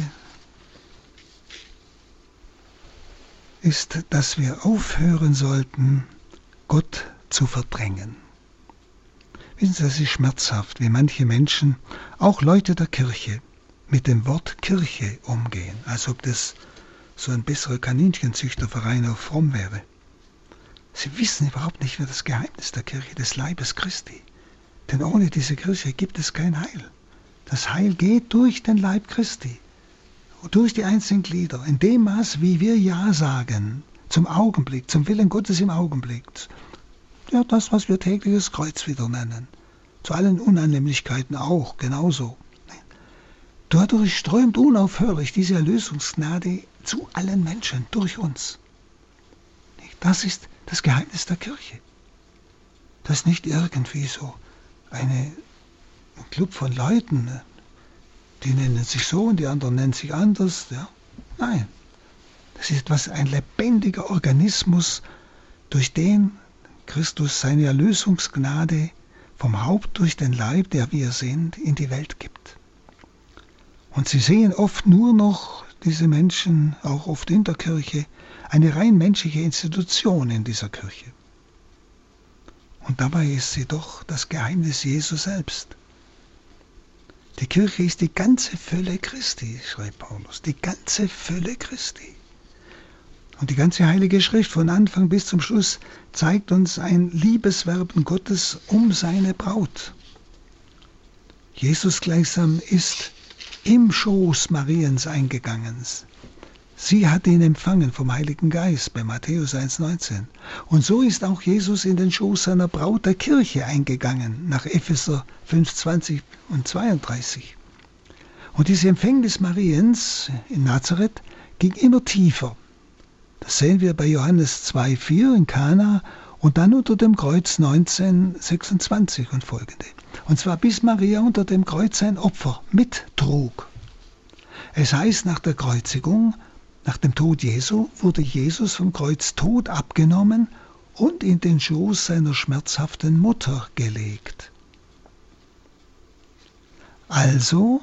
ist, dass wir aufhören sollten, Gott zu verdrängen. Wissen Sie, das ist schmerzhaft, wie manche Menschen, auch Leute der Kirche, mit dem Wort Kirche umgehen, als ob das so ein besserer Kaninchenzüchterverein auf fromm wäre. Sie wissen überhaupt nicht mehr das Geheimnis der Kirche, des Leibes Christi. Denn ohne diese Kirche gibt es kein Heil. Das Heil geht durch den Leib Christi, durch die einzelnen Glieder, in dem Maß, wie wir Ja sagen, zum Augenblick, zum Willen Gottes im Augenblick. Ja, das, was wir tägliches Kreuz wieder nennen. Zu allen Unannehmlichkeiten auch, genauso. Dadurch strömt unaufhörlich diese Erlösungsgnade zu allen Menschen, durch uns. Das ist das Geheimnis der Kirche. Das ist nicht irgendwie so eine, ein Club von Leuten, die nennen sich so und die anderen nennen sich anders. Ja? Nein, das ist etwas, ein lebendiger Organismus, durch den Christus seine Erlösungsgnade vom Haupt durch den Leib, der wir sind, in die Welt gibt. Und sie sehen oft nur noch, diese Menschen, auch oft in der Kirche, eine rein menschliche Institution in dieser Kirche. Und dabei ist sie doch das Geheimnis Jesu selbst. Die Kirche ist die ganze Fülle Christi, schreibt Paulus, die ganze Fülle Christi. Und die ganze Heilige Schrift von Anfang bis zum Schluss zeigt uns ein Liebeswerben Gottes um seine Braut. Jesus gleichsam ist im Schoß Mariens eingegangen. Sie hat ihn empfangen vom Heiligen Geist bei Matthäus eins neunzehn. Und so ist auch Jesus in den Schoß seiner Braut der Kirche eingegangen, nach Epheser fünf zwanzig und zweiunddreißig. Und diese Empfängnis Mariens in Nazareth ging immer tiefer. Das sehen wir bei Johannes zwei vier in Kana und dann unter dem Kreuz neunzehn sechsundzwanzig und folgende. Und zwar bis Maria unter dem Kreuz sein Opfer mittrug. Es heißt, nach der Kreuzigung, nach dem Tod Jesu, wurde Jesus vom Kreuz tot abgenommen und in den Schoß seiner schmerzhaften Mutter gelegt. Also,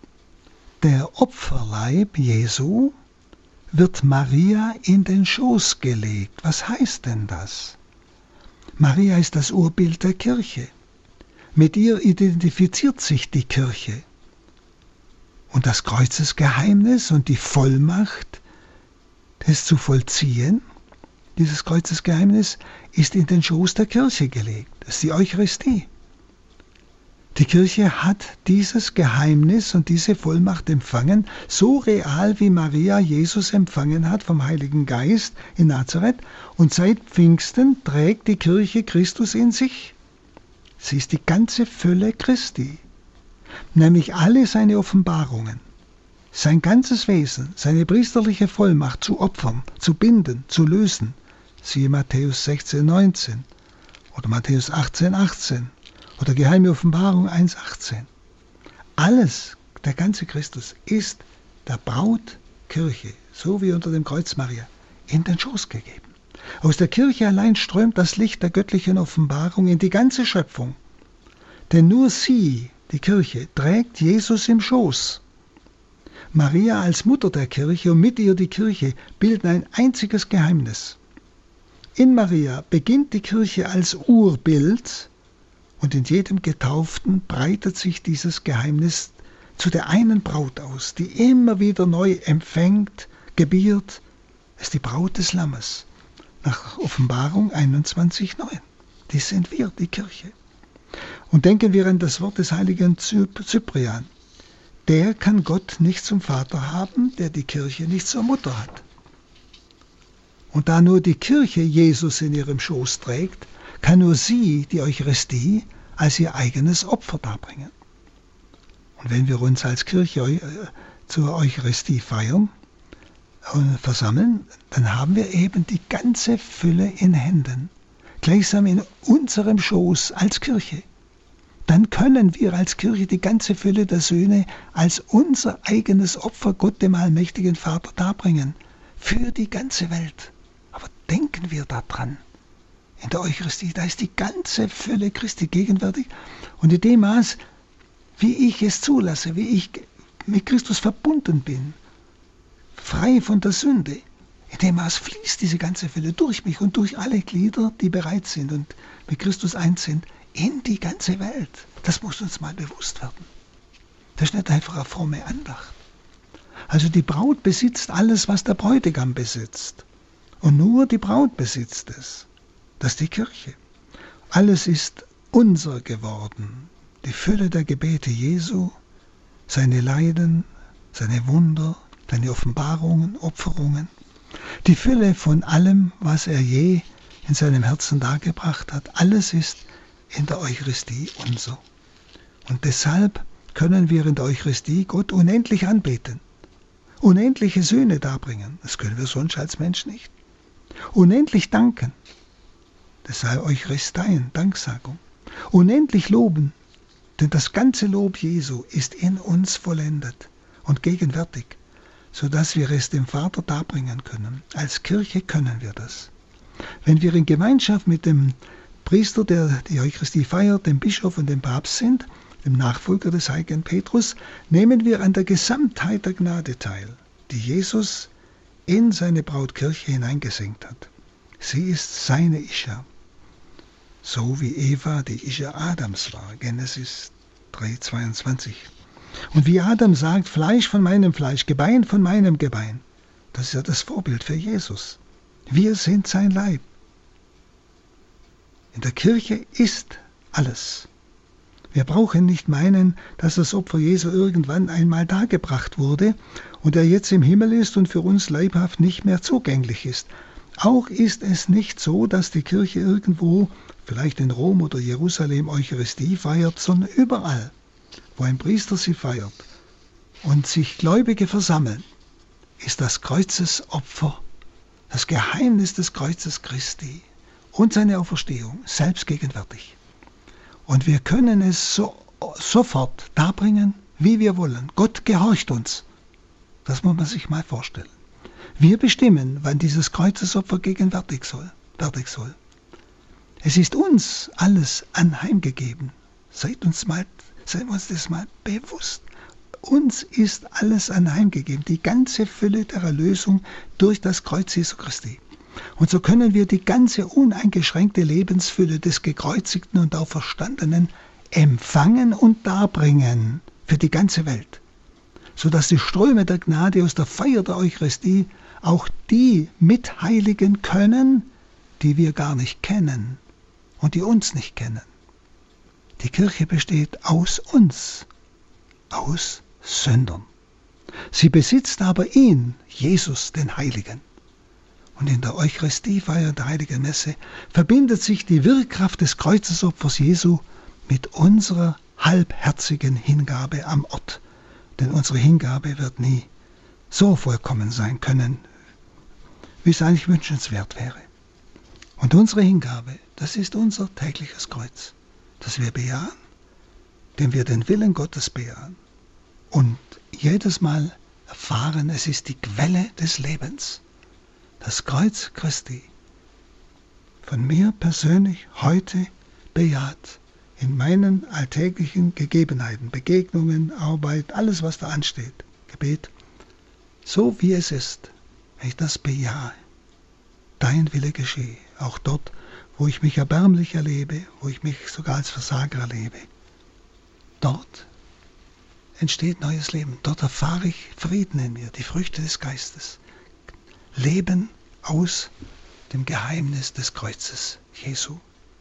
der Opferleib Jesu wird Maria in den Schoß gelegt. Was heißt denn das? Maria ist das Urbild der Kirche. Mit ihr identifiziert sich die Kirche. Und das Kreuzesgeheimnis und die Vollmacht, es zu vollziehen, dieses Kreuzesgeheimnis, ist in den Schoß der Kirche gelegt. Das ist die Eucharistie. Die Kirche hat dieses Geheimnis und diese Vollmacht empfangen, so real wie Maria Jesus empfangen hat vom Heiligen Geist in Nazareth. Und seit Pfingsten trägt die Kirche Christus in sich. Sie ist die ganze Fülle Christi, nämlich alle seine Offenbarungen, sein ganzes Wesen, seine priesterliche Vollmacht zu opfern, zu binden, zu lösen. Siehe Matthäus sechzehn neunzehn oder Matthäus achtzehn achtzehn. Oder Geheime Offenbarung eins achtzehn. Alles, der ganze Christus, ist der Braut Kirche, so wie unter dem Kreuz Maria, in den Schoß gegeben. Aus der Kirche allein strömt das Licht der göttlichen Offenbarung in die ganze Schöpfung. Denn nur sie, die Kirche, trägt Jesus im Schoß. Maria als Mutter der Kirche und mit ihr die Kirche bilden ein einziges Geheimnis. In Maria beginnt die Kirche als Urbild, und in jedem Getauften breitet sich dieses Geheimnis zu der einen Braut aus, die immer wieder neu empfängt, gebiert. Es ist die Braut des Lammes. Nach Offenbarung einundzwanzig neun. Die sind wir, die Kirche. Und denken wir an das Wort des heiligen Cyprian. Der kann Gott nicht zum Vater haben, der die Kirche nicht zur Mutter hat. Und da nur die Kirche Jesus in ihrem Schoß trägt, kann nur sie die Eucharistie als ihr eigenes Opfer darbringen. Und wenn wir uns als Kirche zur Eucharistie feiern und versammeln, dann haben wir eben die ganze Fülle in Händen, gleichsam in unserem Schoß als Kirche. Dann können wir als Kirche die ganze Fülle der Söhne als unser eigenes Opfer Gott, dem allmächtigen Vater, darbringen, für die ganze Welt. Aber denken wir daran. In der Eucharistie, da ist die ganze Fülle Christi gegenwärtig und in dem Maß, wie ich es zulasse, wie ich mit Christus verbunden bin, frei von der Sünde. In dem Maß fließt diese ganze Fülle durch mich und durch alle Glieder, die bereit sind und mit Christus eins sind, in die ganze Welt. Das muss uns mal bewusst werden. Das ist nicht einfach eine fromme Andacht. Also die Braut besitzt alles, was der Bräutigam besitzt. Und nur die Braut besitzt es. Das ist die Kirche. Alles ist unser geworden. Die Fülle der Gebete Jesu, seine Leiden, seine Wunder, seine Offenbarungen, Opferungen. Die Fülle von allem, was er je in seinem Herzen dargebracht hat. Alles ist in der Eucharistie unser. Und deshalb können wir in der Eucharistie Gott unendlich anbeten. Unendliche Söhne darbringen. Das können wir sonst als Mensch nicht. Unendlich danken. Deshalb Eucharisteien, Danksagung. Unendlich loben. Denn das ganze Lob Jesu ist in uns vollendet und gegenwärtig, sodass wir es dem Vater darbringen können. Als Kirche können wir das. Wenn wir in Gemeinschaft mit dem Priester, der die Eucharistie feiert, dem Bischof und dem Papst sind, dem Nachfolger des heiligen Petrus, nehmen wir an der Gesamtheit der Gnade teil, die Jesus in seine Brautkirche hineingesenkt hat. Sie ist seine Ischa, so wie Eva die Ischa Adams war, Genesis drei zweiundzwanzig. Und wie Adam sagt, Fleisch von meinem Fleisch, Gebein von meinem Gebein, das ist ja das Vorbild für Jesus. Wir sind sein Leib. In der Kirche ist alles. Wir brauchen nicht meinen, dass das Opfer Jesu irgendwann einmal dargebracht wurde und er jetzt im Himmel ist und für uns leibhaft nicht mehr zugänglich ist. Auch ist es nicht so, dass die Kirche irgendwo, vielleicht in Rom oder Jerusalem, Eucharistie feiert, sondern überall, wo ein Priester sie feiert und sich Gläubige versammeln, ist das Kreuzesopfer, das Geheimnis des Kreuzes Christi und seine Auferstehung selbst gegenwärtig. Und wir können es so, sofort darbringen, wie wir wollen. Gott gehorcht uns. Das muss man sich mal vorstellen. Wir bestimmen, wann dieses Kreuzesopfer gegenwärtig soll, fertig soll. Es ist uns alles anheimgegeben. Seid uns mal, seid uns das mal bewusst. Uns ist alles anheimgegeben, die ganze Fülle der Erlösung durch das Kreuz Jesu Christi. Und so können wir die ganze uneingeschränkte Lebensfülle des Gekreuzigten und Auferstandenen empfangen und darbringen für die ganze Welt, sodass die Ströme der Gnade aus der Feier der Eucharistie auch die mitheiligen können, die wir gar nicht kennen und die uns nicht kennen. Die Kirche besteht aus uns, aus Sündern. Sie besitzt aber ihn, Jesus, den Heiligen. Und in der Eucharistiefeier der Heiligen Messe verbindet sich die Wirkkraft des Kreuzesopfers Jesu mit unserer halbherzigen Hingabe am Ort. Denn unsere Hingabe wird nie so vollkommen sein können, wie es eigentlich wünschenswert wäre. Und unsere Hingabe, das ist unser tägliches Kreuz, das wir bejahen, dem wir den Willen Gottes bejahen. Und jedes Mal erfahren, es ist die Quelle des Lebens. Das Kreuz Christi, von mir persönlich heute bejaht, in meinen alltäglichen Gegebenheiten, Begegnungen, Arbeit, alles was da ansteht, Gebet, so wie es ist, wenn ich das bejahe, dein Wille geschehe, auch dort, wo ich mich erbärmlich erlebe, wo ich mich sogar als Versager erlebe, dort entsteht neues Leben, dort erfahre ich Frieden in mir, die Früchte des Geistes. Leben aus dem Geheimnis des Kreuzes Jesu.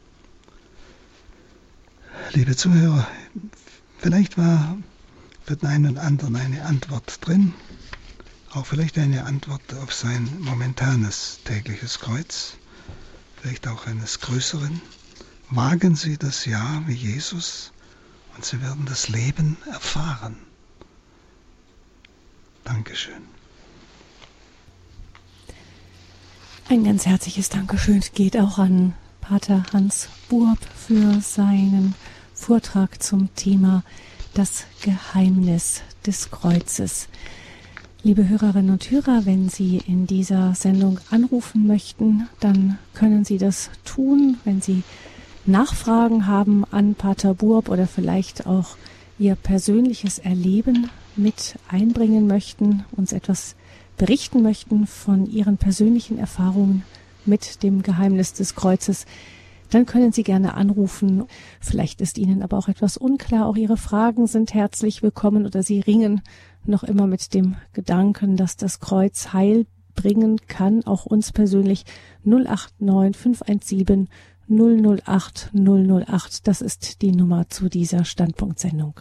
Liebe Zuhörer, vielleicht war für den einen und anderen eine Antwort drin, auch vielleicht eine Antwort auf sein momentanes tägliches Kreuz, vielleicht auch eines größeren. Wagen Sie das Ja wie Jesus und Sie werden das Leben erfahren. Dankeschön. Ein ganz herzliches Dankeschön geht auch an Pater Hans Buob für seinen Vortrag zum Thema das Geheimnis des Kreuzes. Liebe Hörerinnen und Hörer, wenn Sie in dieser Sendung anrufen möchten, dann können Sie das tun, wenn Sie Nachfragen haben an Pater Buob oder vielleicht auch ihr persönliches Erleben mit einbringen möchten, uns etwas berichten möchten von ihren persönlichen Erfahrungen mit dem Geheimnis des Kreuzes, dann können Sie gerne anrufen. Vielleicht ist Ihnen aber auch etwas unklar. Auch Ihre Fragen sind herzlich willkommen oder Sie ringen noch immer mit dem Gedanken, dass das Kreuz Heil bringen kann, auch uns persönlich. null acht neun fünf eins sieben null null acht null null acht. Das ist die Nummer zu dieser Standpunktsendung.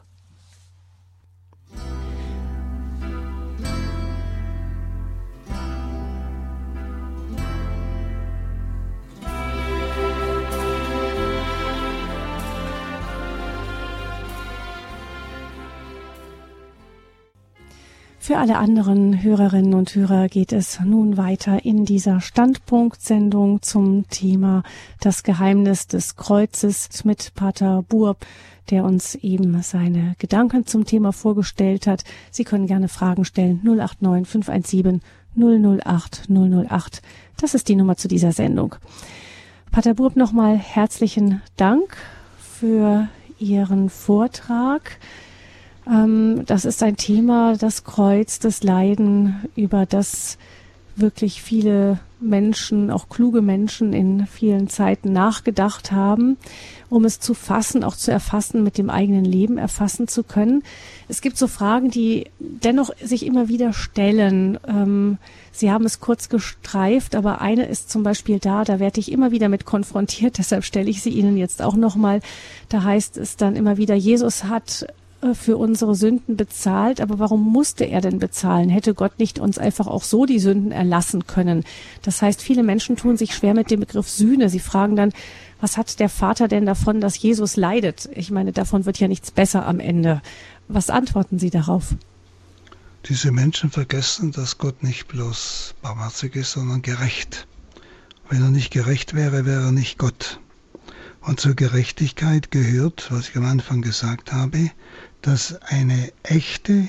Für alle anderen Hörerinnen und Hörer geht es nun weiter in dieser Standpunktsendung zum Thema das Geheimnis des Kreuzes mit Pater Buob, der uns eben seine Gedanken zum Thema vorgestellt hat. Sie können gerne Fragen stellen. null acht neun fünf eins sieben null null acht null null acht. Das ist die Nummer zu dieser Sendung. Pater Buob, nochmal herzlichen Dank für Ihren Vortrag. Das ist ein Thema, das Kreuz, das Leiden, über das wirklich viele Menschen, auch kluge Menschen in vielen Zeiten nachgedacht haben, um es zu fassen, auch zu erfassen, mit dem eigenen Leben erfassen zu können. Es gibt so Fragen, die dennoch sich immer wieder stellen. Ähm, Sie haben es kurz gestreift, aber eine ist zum Beispiel da, da werde ich immer wieder mit konfrontiert, deshalb stelle ich sie Ihnen jetzt auch nochmal. Da heißt es dann immer wieder, Jesus hat für unsere Sünden bezahlt, aber warum musste er denn bezahlen? Hätte Gott nicht uns einfach auch so die Sünden erlassen können? Das heißt, viele Menschen tun sich schwer mit dem Begriff Sühne. Sie fragen dann, was hat der Vater denn davon, dass Jesus leidet? Ich meine, davon wird ja nichts besser am Ende. Was antworten Sie darauf? Diese Menschen vergessen, dass Gott nicht bloß barmherzig ist, sondern gerecht. Wenn er nicht gerecht wäre, wäre er nicht Gott. Und zur Gerechtigkeit gehört, was ich am Anfang gesagt habe, dass eine echte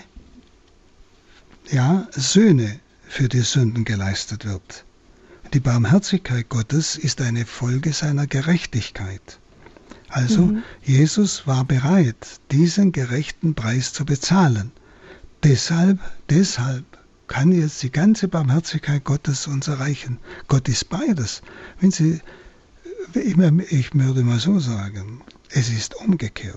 ja, Sühne für die Sünden geleistet wird. Die Barmherzigkeit Gottes ist eine Folge seiner Gerechtigkeit. Also mhm. Jesus war bereit, diesen gerechten Preis zu bezahlen. Deshalb, deshalb kann jetzt die ganze Barmherzigkeit Gottes uns erreichen. Gott ist beides. Wenn Sie, ich, ich würde mal so sagen, es ist umgekehrt,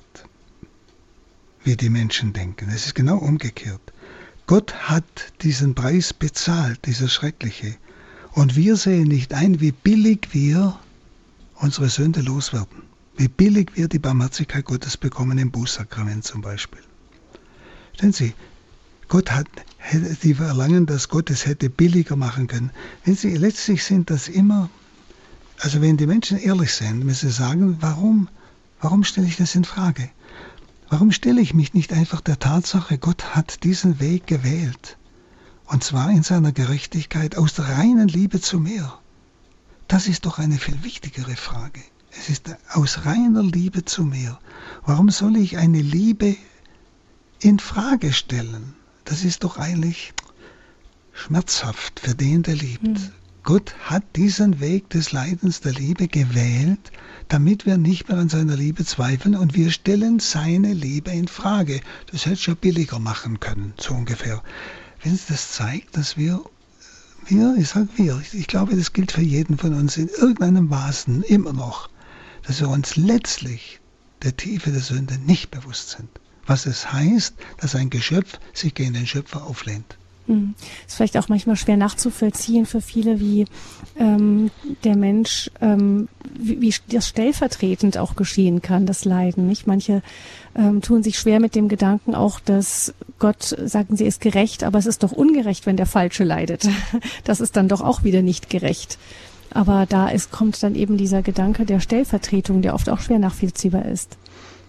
wie die Menschen denken. Es ist genau umgekehrt. Gott hat diesen Preis bezahlt, dieser schreckliche. Und wir sehen nicht ein, wie billig wir unsere Sünde loswerden. Wie billig wir die Barmherzigkeit Gottes bekommen im Bußsakrament zum Beispiel. Stellen Sie, Gott hat, die verlangen, dass Gott es hätte billiger machen können. Wenn Sie, letztlich sind das immer, also wenn die Menschen ehrlich sind, müssen sie sagen, warum, warum stelle ich das in Frage? Warum stelle ich mich nicht einfach der Tatsache, Gott hat diesen Weg gewählt, und zwar in seiner Gerechtigkeit aus der reinen Liebe zu mir? Das ist doch eine viel wichtigere Frage. Es ist aus reiner Liebe zu mir. Warum soll ich eine Liebe in Frage stellen? Das ist doch eigentlich schmerzhaft für den, der liebt. Hm. Gott hat diesen Weg des Leidens der Liebe gewählt, damit wir nicht mehr an seiner Liebe zweifeln, und wir stellen seine Liebe in Frage. Das hätte ich ja billiger machen können, so ungefähr. Wenn es das zeigt, dass wir, wir, ich sage wir, ich glaube, das gilt für jeden von uns in irgendeinem Maßen immer noch, dass wir uns letztlich der Tiefe der Sünde nicht bewusst sind. Was es heißt, dass ein Geschöpf sich gegen den Schöpfer auflehnt. Hm. Ist vielleicht auch manchmal schwer nachzuvollziehen für viele, wie ähm, der Mensch, ähm, wie, wie das stellvertretend auch geschehen kann, das Leiden. Nicht? Manche ähm, tun sich schwer mit dem Gedanken auch, dass Gott, sagen sie, ist gerecht, aber es ist doch ungerecht, wenn der Falsche leidet. Das ist dann doch auch wieder nicht gerecht. Aber da ist, kommt dann eben dieser Gedanke der Stellvertretung, der oft auch schwer nachvollziehbar ist.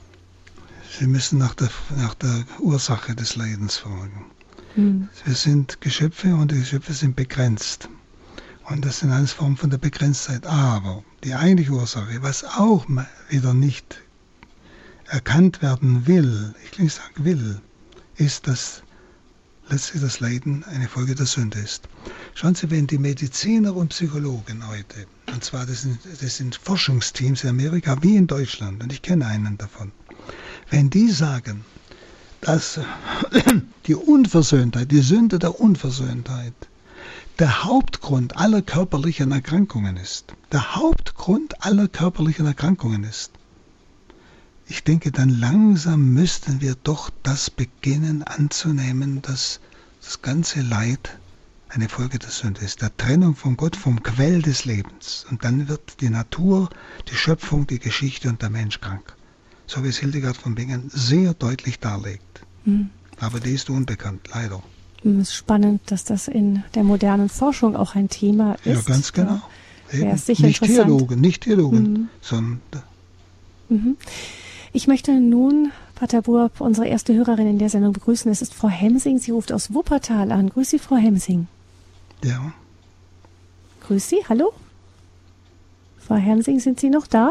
Sie müssen nach der, nach der Ursache des Leidens fragen. Hm. Wir sind Geschöpfe und die Geschöpfe sind begrenzt. Und das sind alles Formen von der Begrenztheit. Aber die eigentliche Ursache, was auch wieder nicht erkannt werden will, ich will nicht sagen will, ist, dass letztlich das Leiden eine Folge der Sünde ist. Schauen Sie, wenn die Mediziner und Psychologen heute, und zwar das sind, das sind Forschungsteams in Amerika wie in Deutschland, und ich kenne einen davon, wenn die sagen, dass die Unversöhntheit, die Sünde der Unversöhntheit, der Hauptgrund aller körperlichen Erkrankungen ist. Der Hauptgrund aller körperlichen Erkrankungen ist. Ich denke, dann langsam müssten wir doch das beginnen anzunehmen, dass das ganze Leid eine Folge der Sünde ist, der Trennung von Gott, vom Quell des Lebens. Und dann wird die Natur, die Schöpfung, die Geschichte und der Mensch krank. So wie es Hildegard von Bingen sehr deutlich darlegt. Mhm. Aber die ist unbekannt, leider. Es ist spannend, dass das in der modernen Forschung auch ein Thema ist. Ja, ganz genau. Wäre es sicher nicht interessant. Theologen, nicht Theologen, mhm. sondern... Mhm. Ich möchte nun, Pater Burb, unsere erste Hörerin in der Sendung begrüßen. Es ist Frau Hemsing. Sie ruft aus Wuppertal an. Grüß Sie, Frau Hemsing. Ja. Grüß Sie, hallo? Frau Hemsing, sind Sie noch da?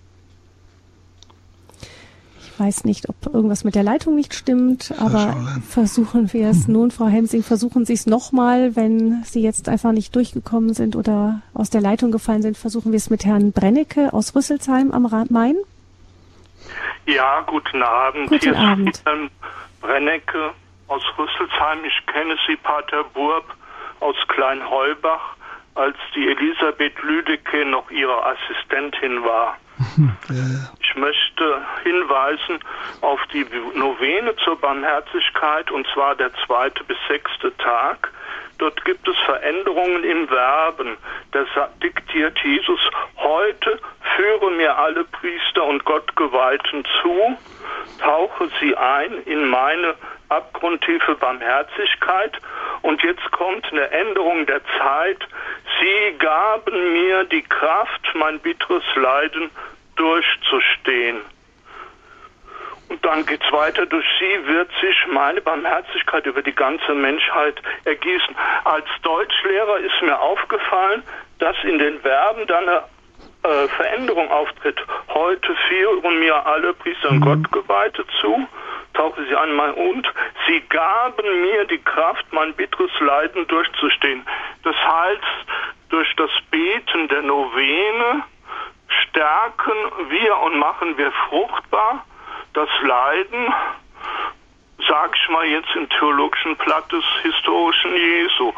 Ich weiß nicht, ob irgendwas mit der Leitung nicht stimmt, aber versuchen wir es nun, Frau Hemsing, versuchen Sie es nochmal, wenn Sie jetzt einfach nicht durchgekommen sind oder aus der Leitung gefallen sind, versuchen wir es mit Herrn Brennecke aus Rüsselsheim am Main. Ja, guten Abend. Guten Hier Abend. ist ähm, Brennecke aus Rüsselsheim. Ich kenne Sie, Pater Burb, aus Kleinheubach, als die Elisabeth Lüdecke noch Ihre Assistentin war. Ich möchte hinweisen auf die Novene zur Barmherzigkeit, und zwar der zweite bis sechste Tag. Dort gibt es Veränderungen im Verben. Da diktiert Jesus: Heute führe mir alle Priester und Gottgeweihten zu, tauche sie ein in meine abgrundtiefe Barmherzigkeit. Und jetzt kommt eine Änderung der Zeit. Sie gaben mir die Kraft, mein bitteres Leiden durchzustehen. Und dann geht's weiter. Durch sie wird sich meine Barmherzigkeit über die ganze Menschheit ergießen. Als Deutschlehrer ist mir aufgefallen, dass in den Verben dann eine äh, Veränderung auftritt. Heute führen mir alle Priester und Gottgeweihte zu, tauchen sie an mein und sie gaben mir die Kraft, mein bitteres Leiden durchzustehen. Das heißt, durch das Beten der Novene stärken wir und machen wir fruchtbar das Leiden, sag ich mal jetzt im theologischen Platt des historischen Jesu.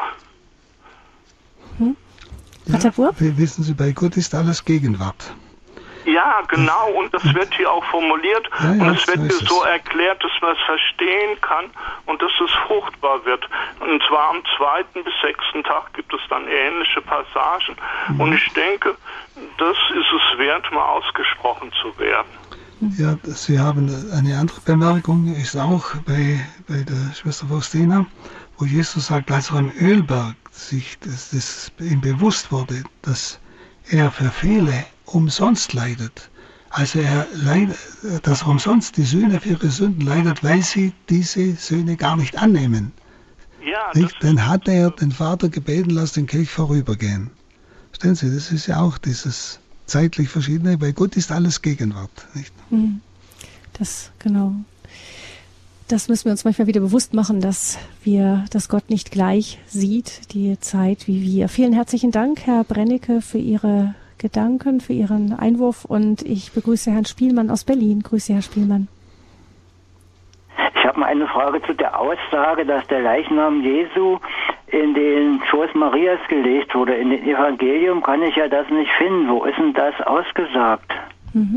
Hm. Pater Burb? Ja, wissen Sie, bei Gott ist alles Gegenwart. Ja, genau, und das wird hier auch formuliert, ja, ja, und es wird so hier so erklärt, dass man es verstehen kann und dass es fruchtbar wird. Und zwar am zweiten bis sechsten Tag gibt es dann ähnliche Passagen. Mhm. Und ich denke, das ist es wert, mal ausgesprochen zu werden. Ja, Sie haben eine andere Bemerkung, ist auch bei, bei der Schwester Faustina, wo Jesus sagt, als er im Ölberg sich das, das ihm bewusst wurde, dass er für viele umsonst leidet. Also er leidet, dass er umsonst die Sühne für ihre Sünden leidet, weil sie diese Sühne gar nicht annehmen. Ja, nicht? Dann hat er den Vater gebeten, lass den Kelch vorübergehen. Verstehen Sie, das ist ja auch dieses zeitlich Verschiedene, bei Gott ist alles Gegenwart. Nicht? Das, genau. Das müssen wir uns manchmal wieder bewusst machen, dass wir, dass Gott nicht gleich sieht, die Zeit wie wir. Vielen herzlichen Dank, Herr Brennecke, für Ihre Gedanken, für Ihren Einwurf, und ich begrüße Herrn Spielmann aus Berlin. Grüße, Herr Spielmann. Ich habe mal eine Frage zu der Aussage, dass der Leichnam Jesu in den Schoß Marias gelegt wurde. In dem Evangelium kann ich ja das nicht finden. Wo ist denn das ausgesagt? Mhm.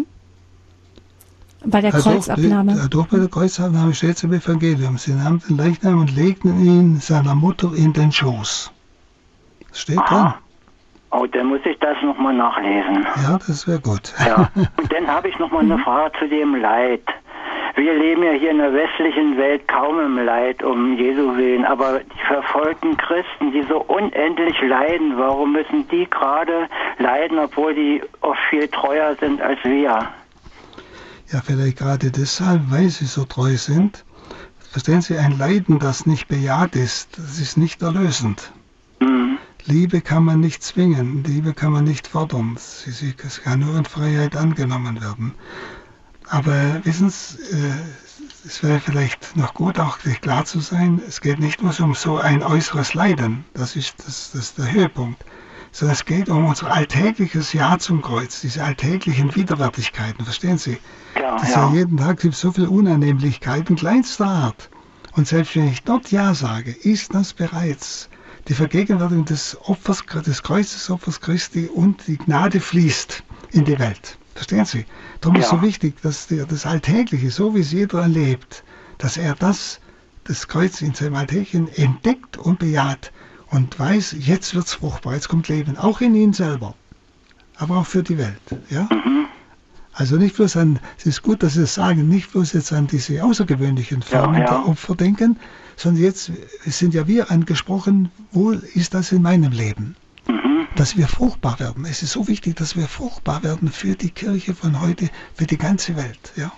Bei der also Kreuzabnahme. Doch, doch bei der Kreuzabnahme steht es im Evangelium. Sie nahmen den Leichnam und legten ihn seiner Mutter in den Schoß. Das steht dran. Oh, dann muss ich das nochmal nachlesen. Ja, das wäre gut. Ja. Und dann habe ich nochmal eine Frage zu dem Leid. Wir leben ja hier in der westlichen Welt kaum im Leid um Jesu Willen, aber die verfolgten Christen, die so unendlich leiden, warum müssen die gerade leiden, obwohl die oft viel treuer sind als wir? Ja, vielleicht gerade deshalb, weil sie so treu sind. Verstehen Sie, ein Leiden, das nicht bejaht ist, das ist nicht erlösend. Mhm. Liebe kann man nicht zwingen, Liebe kann man nicht fordern. Sie, sie, es kann nur in Freiheit angenommen werden. Aber wissen Sie, äh, es wäre vielleicht noch gut, auch klar zu sein, es geht nicht nur um so ein äußeres Leiden, das ist, das, das ist der Höhepunkt, sondern es geht um unser alltägliches Ja zum Kreuz, diese alltäglichen Widerwärtigkeiten, verstehen Sie? Ja. Ja, Das ja. ja jeden Tag gibt es so viele Unannehmlichkeiten kleinster Art. Und selbst wenn ich dort Ja sage, ist das bereits die Vergegenwärtigung des Opfers, des Kreuzesopfers Christi, und die Gnade fließt in die Welt. Verstehen Sie? Darum Ja. ist so wichtig, dass der, das Alltägliche, so wie es jeder erlebt, dass er das, das Kreuz in seinem Alltäglichen entdeckt und bejaht und weiß, jetzt wird es fruchtbar, jetzt kommt Leben, auch in ihn selber, aber auch für die Welt. Ja? Mhm. Also nicht bloß an, es ist gut, dass Sie es sagen, nicht bloß jetzt an diese außergewöhnlichen Formen Ja, ja. der Opfer denken, sondern jetzt sind ja wir angesprochen, wo ist das in meinem Leben? Mhm. Dass wir fruchtbar werden. Es ist so wichtig, dass wir fruchtbar werden für die Kirche von heute, für die ganze Welt. Ja,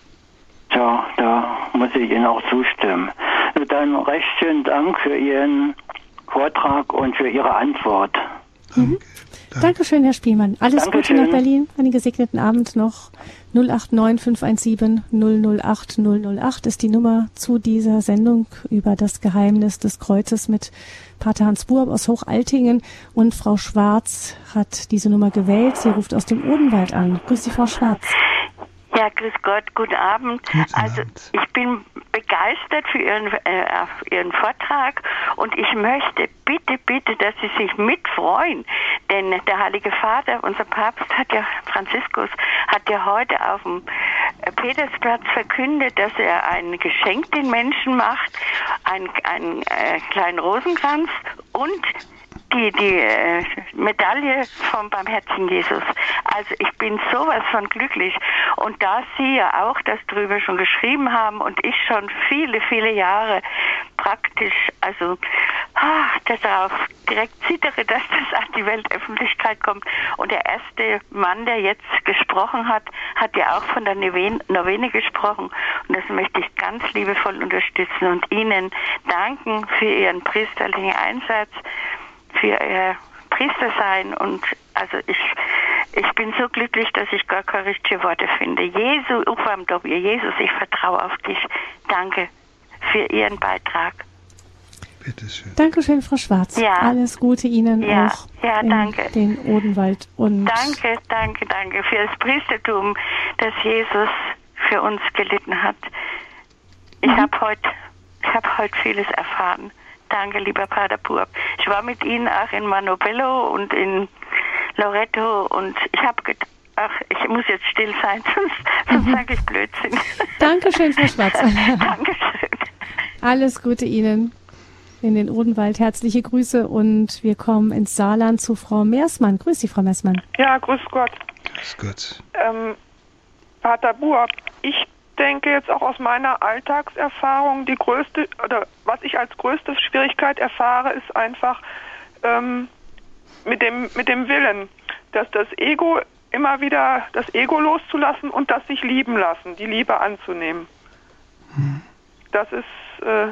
Ja, da muss ich Ihnen auch zustimmen. Dann recht schönen Dank für Ihren Vortrag und für Ihre Antwort. danke. Dankeschön, Herr Spielmann. Alles Dankeschön. Gute nach Berlin. Einen gesegneten Abend noch. null acht neun fünf eins sieben null null acht null null acht ist die Nummer zu dieser Sendung über das Geheimnis des Kreuzes mit Pater Hans Buob aus Hochaltingen. Und Frau Schwarz hat diese Nummer gewählt. Sie ruft aus dem Odenwald an. Grüß Sie, Frau Schwarz. Ja, grüß Gott, guten Abend. Guten also Abend. ich bin begeistert für Ihren, äh, auf Ihren Vortrag und ich möchte bitte, bitte, dass Sie sich mitfreuen, denn der Heilige Vater, unser Papst, hat ja, Franziskus, hat ja heute auf dem Petersplatz verkündet, dass er ein Geschenk den Menschen macht, einen, einen äh, kleinen Rosenkranz und die, die äh, Medaille vom Barmherzigen Jesus. Also ich bin sowas von glücklich. Und da Sie ja auch das drüber schon geschrieben haben und ich schon viele, viele Jahre praktisch, also ah, darauf direkt zittere, dass das an die Weltöffentlichkeit kommt. Und der erste Mann, der jetzt gesprochen hat, hat ja auch von der Novene, Novene gesprochen. Und das möchte ich ganz liebevoll unterstützen und Ihnen danken für Ihren priesterlichen Einsatz, für ihr Priester sein, und also ich ich bin so glücklich, dass ich gar keine richtigen Worte finde. Jesu, Ufam doch ihr Jesus, ich vertraue auf dich. Danke für Ihren Beitrag. Bitte schön. Dankeschön, Frau Schwarz. Ja. Alles Gute Ihnen Ja, auch ja, in danke. den Odenwald. Und Danke, danke, danke für das Priestertum, das Jesus für uns gelitten hat. Ich Mhm. habe heute ich habe heute vieles erfahren. Danke, lieber Pater Buob. Ich war mit Ihnen auch in Manobello und in Loreto und ich habe gedacht, ach, ich muss jetzt still sein, sonst, sonst Mhm. sage ich Blödsinn. Dankeschön, Frau Schwarz. Dankeschön. Alles Gute Ihnen in den Odenwald. Herzliche Grüße und wir kommen ins Saarland zu Frau Meersmann. Grüß Sie, Frau Meersmann. Ja, grüß Gott. Ist gut. Ähm, Pater Buob, ich denke jetzt auch aus meiner Alltagserfahrung, die größte, oder was ich als größte Schwierigkeit erfahre, ist einfach ähm, mit dem, mit dem Willen, dass das Ego immer wieder, das Ego loszulassen und das sich lieben lassen, die Liebe anzunehmen. Hm. Das ist, äh,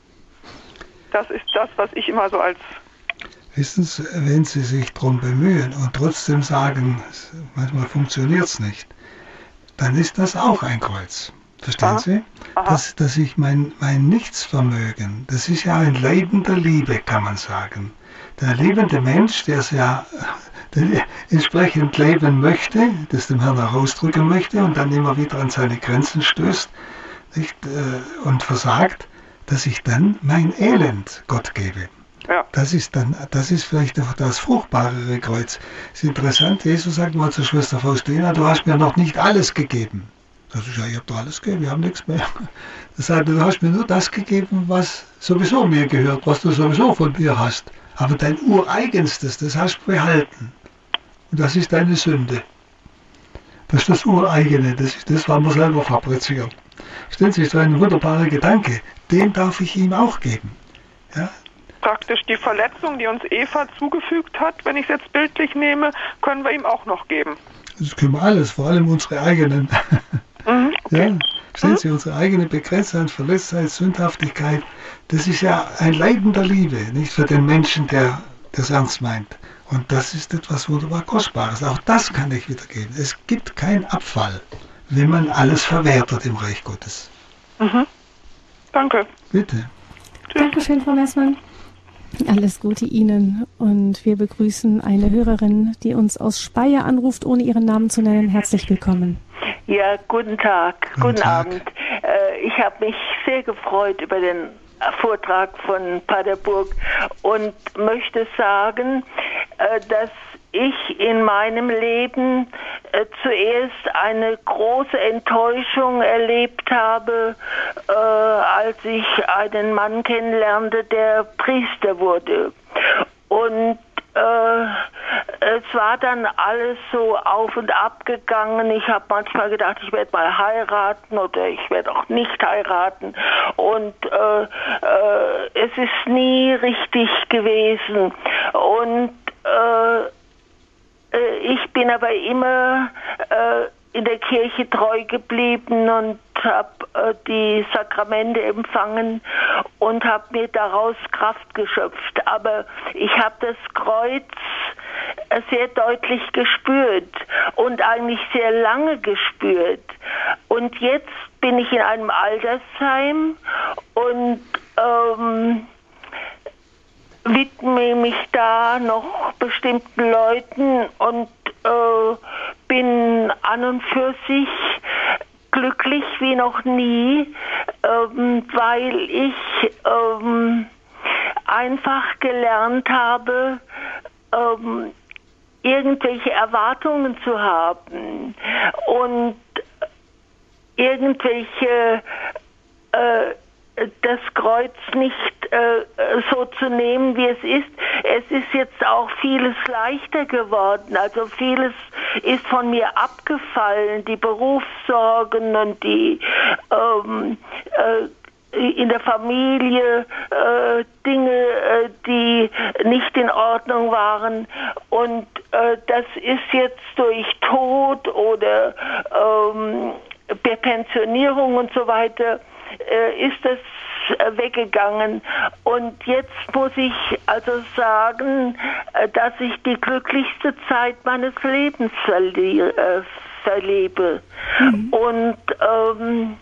das ist das, was ich immer so als... Wissen Sie, wenn Sie sich darum bemühen und trotzdem sagen, manchmal funktioniert es nicht, dann ist das auch ein Kreuz. Verstehen Aha. Sie? Aha. Dass, dass ich mein, mein Nichtsvermögen, das ist ja ein Leiden der Liebe, kann man sagen. Der liebende Mensch, der es ja der entsprechend leben möchte, das dem Herrn auch ausdrücken möchte und dann immer wieder an seine Grenzen stößt, nicht, äh, und versagt, dass ich dann mein Elend Gott gebe. Ja. Das ist dann, das ist vielleicht das fruchtbarere Kreuz. Es ist interessant, Jesus sagt mal zur Schwester Faustina, du hast mir noch nicht alles gegeben. Das ist ja, ich habe doch alles gegeben, ich habe nichts mehr. Das sagt, du hast mir nur das gegeben, was sowieso mir gehört, was du sowieso von mir hast. Aber dein Ureigenstes, das hast du behalten. Und das ist deine Sünde. Das ist das Ureigene, das ist das, was wir selber fabrizieren. Verstehen Sie, das ist ein wunderbarer Gedanke. Den darf ich ihm auch geben. Ja? Praktisch die Verletzung, die uns Eva zugefügt hat, wenn ich es jetzt bildlich nehme, können wir ihm auch noch geben. Das können wir alles, vor allem unsere eigenen. Mhm, okay. Ja, verstehen Sie, unsere eigene Begrenztheit, Verletztheit, Sündhaftigkeit, das ist ja ein Leiden der Liebe, nicht für den Menschen, der das ernst meint. Und das ist etwas wunderbar Kostbares. Auch das kann ich wiedergeben. Es gibt keinen Abfall, wenn man alles verwertet im Reich Gottes. Mhm. Danke. Bitte. Dankeschön, Frau Meersmann. Alles Gute Ihnen und wir begrüßen eine Hörerin, die uns aus Speyer anruft, ohne ihren Namen zu nennen. Herzlich willkommen. Ja, guten Tag, Guten guten Tag. Abend. Äh, ich habe mich sehr gefreut über den Vortrag von Pater Burg und möchte sagen, äh, dass ich in meinem Leben äh, zuerst eine große Enttäuschung erlebt habe, äh, als ich einen Mann kennenlernte, der Priester wurde. Und äh, es war dann alles so auf und ab gegangen. Ich habe manchmal gedacht, ich werde mal heiraten oder ich werde auch nicht heiraten. Und äh, äh, es ist nie richtig gewesen. Und äh, ich bin aber immer äh, in der Kirche treu geblieben und habe äh, die Sakramente empfangen und habe mir daraus Kraft geschöpft. Aber ich habe das Kreuz äh, sehr deutlich gespürt und eigentlich sehr lange gespürt. Und jetzt bin ich in einem Altersheim und ähm, widme mich da noch bestimmten Leuten und äh, bin an und für sich glücklich wie noch nie, ähm, weil ich ähm, einfach gelernt habe, ähm, irgendwelche Erwartungen zu haben und irgendwelche äh, das Kreuz nicht äh, so zu nehmen, wie es ist. Es ist jetzt auch vieles leichter geworden. Also vieles ist von mir abgefallen. Die Berufssorgen und die ähm, äh, in der Familie äh, Dinge, äh, die nicht in Ordnung waren. Und äh, das ist jetzt durch Tod oder ähm, Pensionierung und so weiter ist es weggegangen. Und jetzt muss ich also sagen, dass ich die glücklichste Zeit meines Lebens verle- äh, verlebe. Mhm. Und ähm,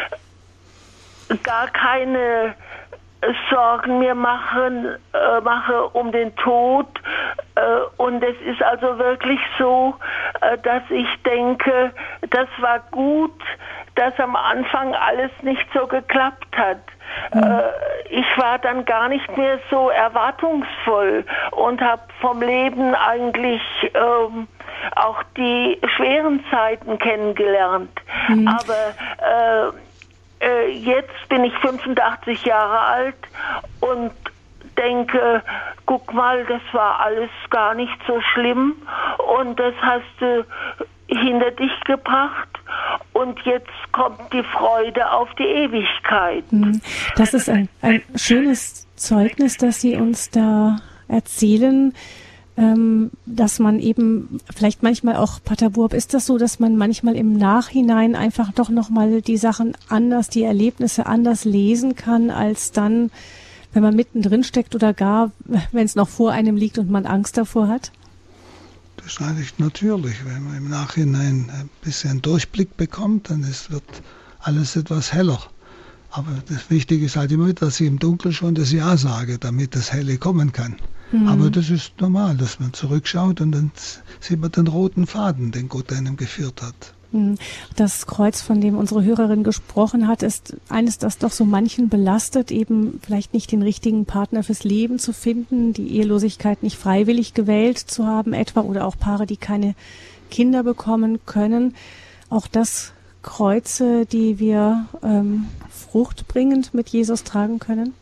gar keine Sorgen mir machen, äh, mache um den Tod. Äh, und es ist also wirklich so, äh, dass ich denke, das war gut, dass am Anfang alles nicht so geklappt hat. Mhm. Äh, ich war dann gar nicht mehr so erwartungsvoll und habe vom Leben eigentlich ähm, auch die schweren Zeiten kennengelernt. Mhm. Aber äh, jetzt bin ich fünfundachtzig Jahre alt und denke, guck mal, das war alles gar nicht so schlimm und das hast du hinter dich gebracht und jetzt kommt die Freude auf die Ewigkeit. Das ist ein, ein schönes Zeugnis, das Sie uns da erzählen. Ähm, dass man eben vielleicht manchmal auch, Pater Burb, ist das so, dass man manchmal im Nachhinein einfach doch nochmal die Sachen anders, die Erlebnisse anders lesen kann, als dann, wenn man mittendrin steckt oder gar, wenn es noch vor einem liegt und man Angst davor hat? Das ist eigentlich natürlich, wenn man im Nachhinein ein bisschen Durchblick bekommt, dann ist, wird alles etwas heller. Aber das Wichtige ist halt immer, dass ich im Dunkeln schon das Ja sage, damit das Helle kommen kann. Mhm. Aber das ist normal, dass man zurückschaut und dann sieht man den roten Faden, den Gott einem geführt hat. Das Kreuz, von dem unsere Hörerin gesprochen hat, ist eines, das doch so manchen belastet, eben vielleicht nicht den richtigen Partner fürs Leben zu finden, die Ehelosigkeit nicht freiwillig gewählt zu haben etwa oder auch Paare, die keine Kinder bekommen können. Auch das Kreuze, die wir ähm, fruchtbringend mit Jesus tragen können?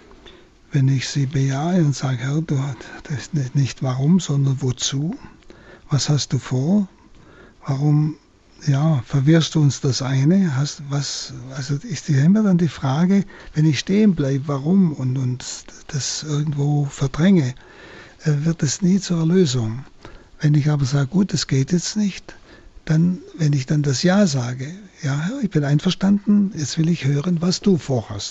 Wenn ich sie bejahe und sage, Herr, du hast nicht warum, sondern wozu? Was hast du vor? Warum ja, verwirrst du uns das eine? Hast, was, also ist ja immer dann die Frage, wenn ich stehen bleibe, warum und, und das irgendwo verdränge, wird es nie zur Erlösung. Wenn ich aber sage, gut, das geht jetzt nicht, dann, wenn ich dann das Ja sage, ja, Herr, ich bin einverstanden, jetzt will ich hören, was du vorhast.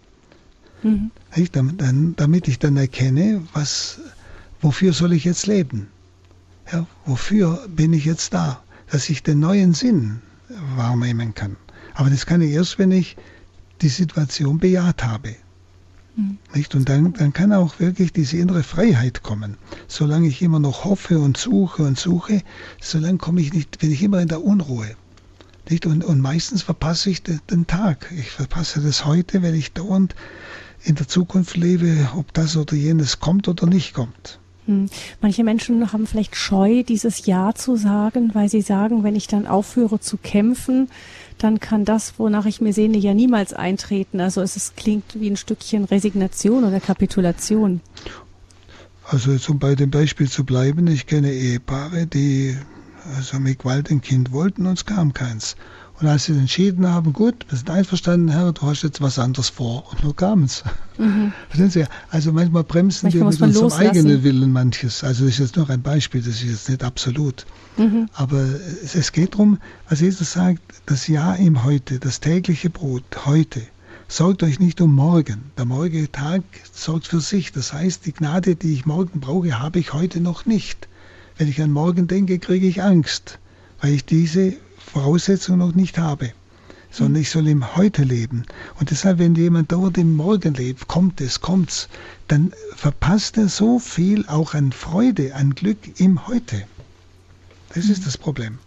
Mhm. Ich, dann, damit ich dann erkenne, was, wofür soll ich jetzt leben? Ja, wofür bin ich jetzt da? Dass ich den neuen Sinn wahrnehmen kann. Aber das kann ich erst, wenn ich die Situation bejaht habe. Mhm. Nicht? Und dann, dann kann auch wirklich diese innere Freiheit kommen. Solange ich immer noch hoffe und suche und suche, solange komme ich nicht, bin ich immer in der Unruhe. Nicht? Und, und meistens verpasse ich den, den Tag. Ich verpasse das heute, wenn ich dauernd in der Zukunft lebe, ob das oder jenes kommt oder nicht kommt. Hm. Manche Menschen haben vielleicht Scheu, dieses Ja zu sagen, weil sie sagen, wenn ich dann aufhöre zu kämpfen, dann kann das, wonach ich mir sehne, ja niemals eintreten. Also es ist, klingt wie ein Stückchen Resignation oder Kapitulation. Also jetzt, um bei dem Beispiel zu bleiben, ich kenne Ehepaare, die also mit Gewalt ein Kind wollten und es kam keins. Und als sie entschieden haben, gut, wir sind einverstanden, Herr, du hast jetzt was anderes vor. Und nur kam es. Mhm. Verstehen Sie? Also manchmal bremsen manchmal wir mit unserem loslassen. eigenen Willen manches. Also das ist jetzt nur ein Beispiel, das ist jetzt nicht absolut. Mhm. Aber es, es geht darum, was Jesus sagt, das Ja im Heute, das tägliche Brot, heute. Sorgt euch nicht um morgen. Der morgige Tag sorgt für sich. Das heißt, die Gnade, die ich morgen brauche, habe ich heute noch nicht. Wenn ich an morgen denke, kriege ich Angst, weil ich diese Voraussetzung noch nicht habe, sondern ich soll im Heute leben. Und deshalb, wenn jemand dauernd im Morgen lebt, kommt es, kommt's, dann verpasst er so viel auch an Freude, an Glück im Heute. Das ist das Problem.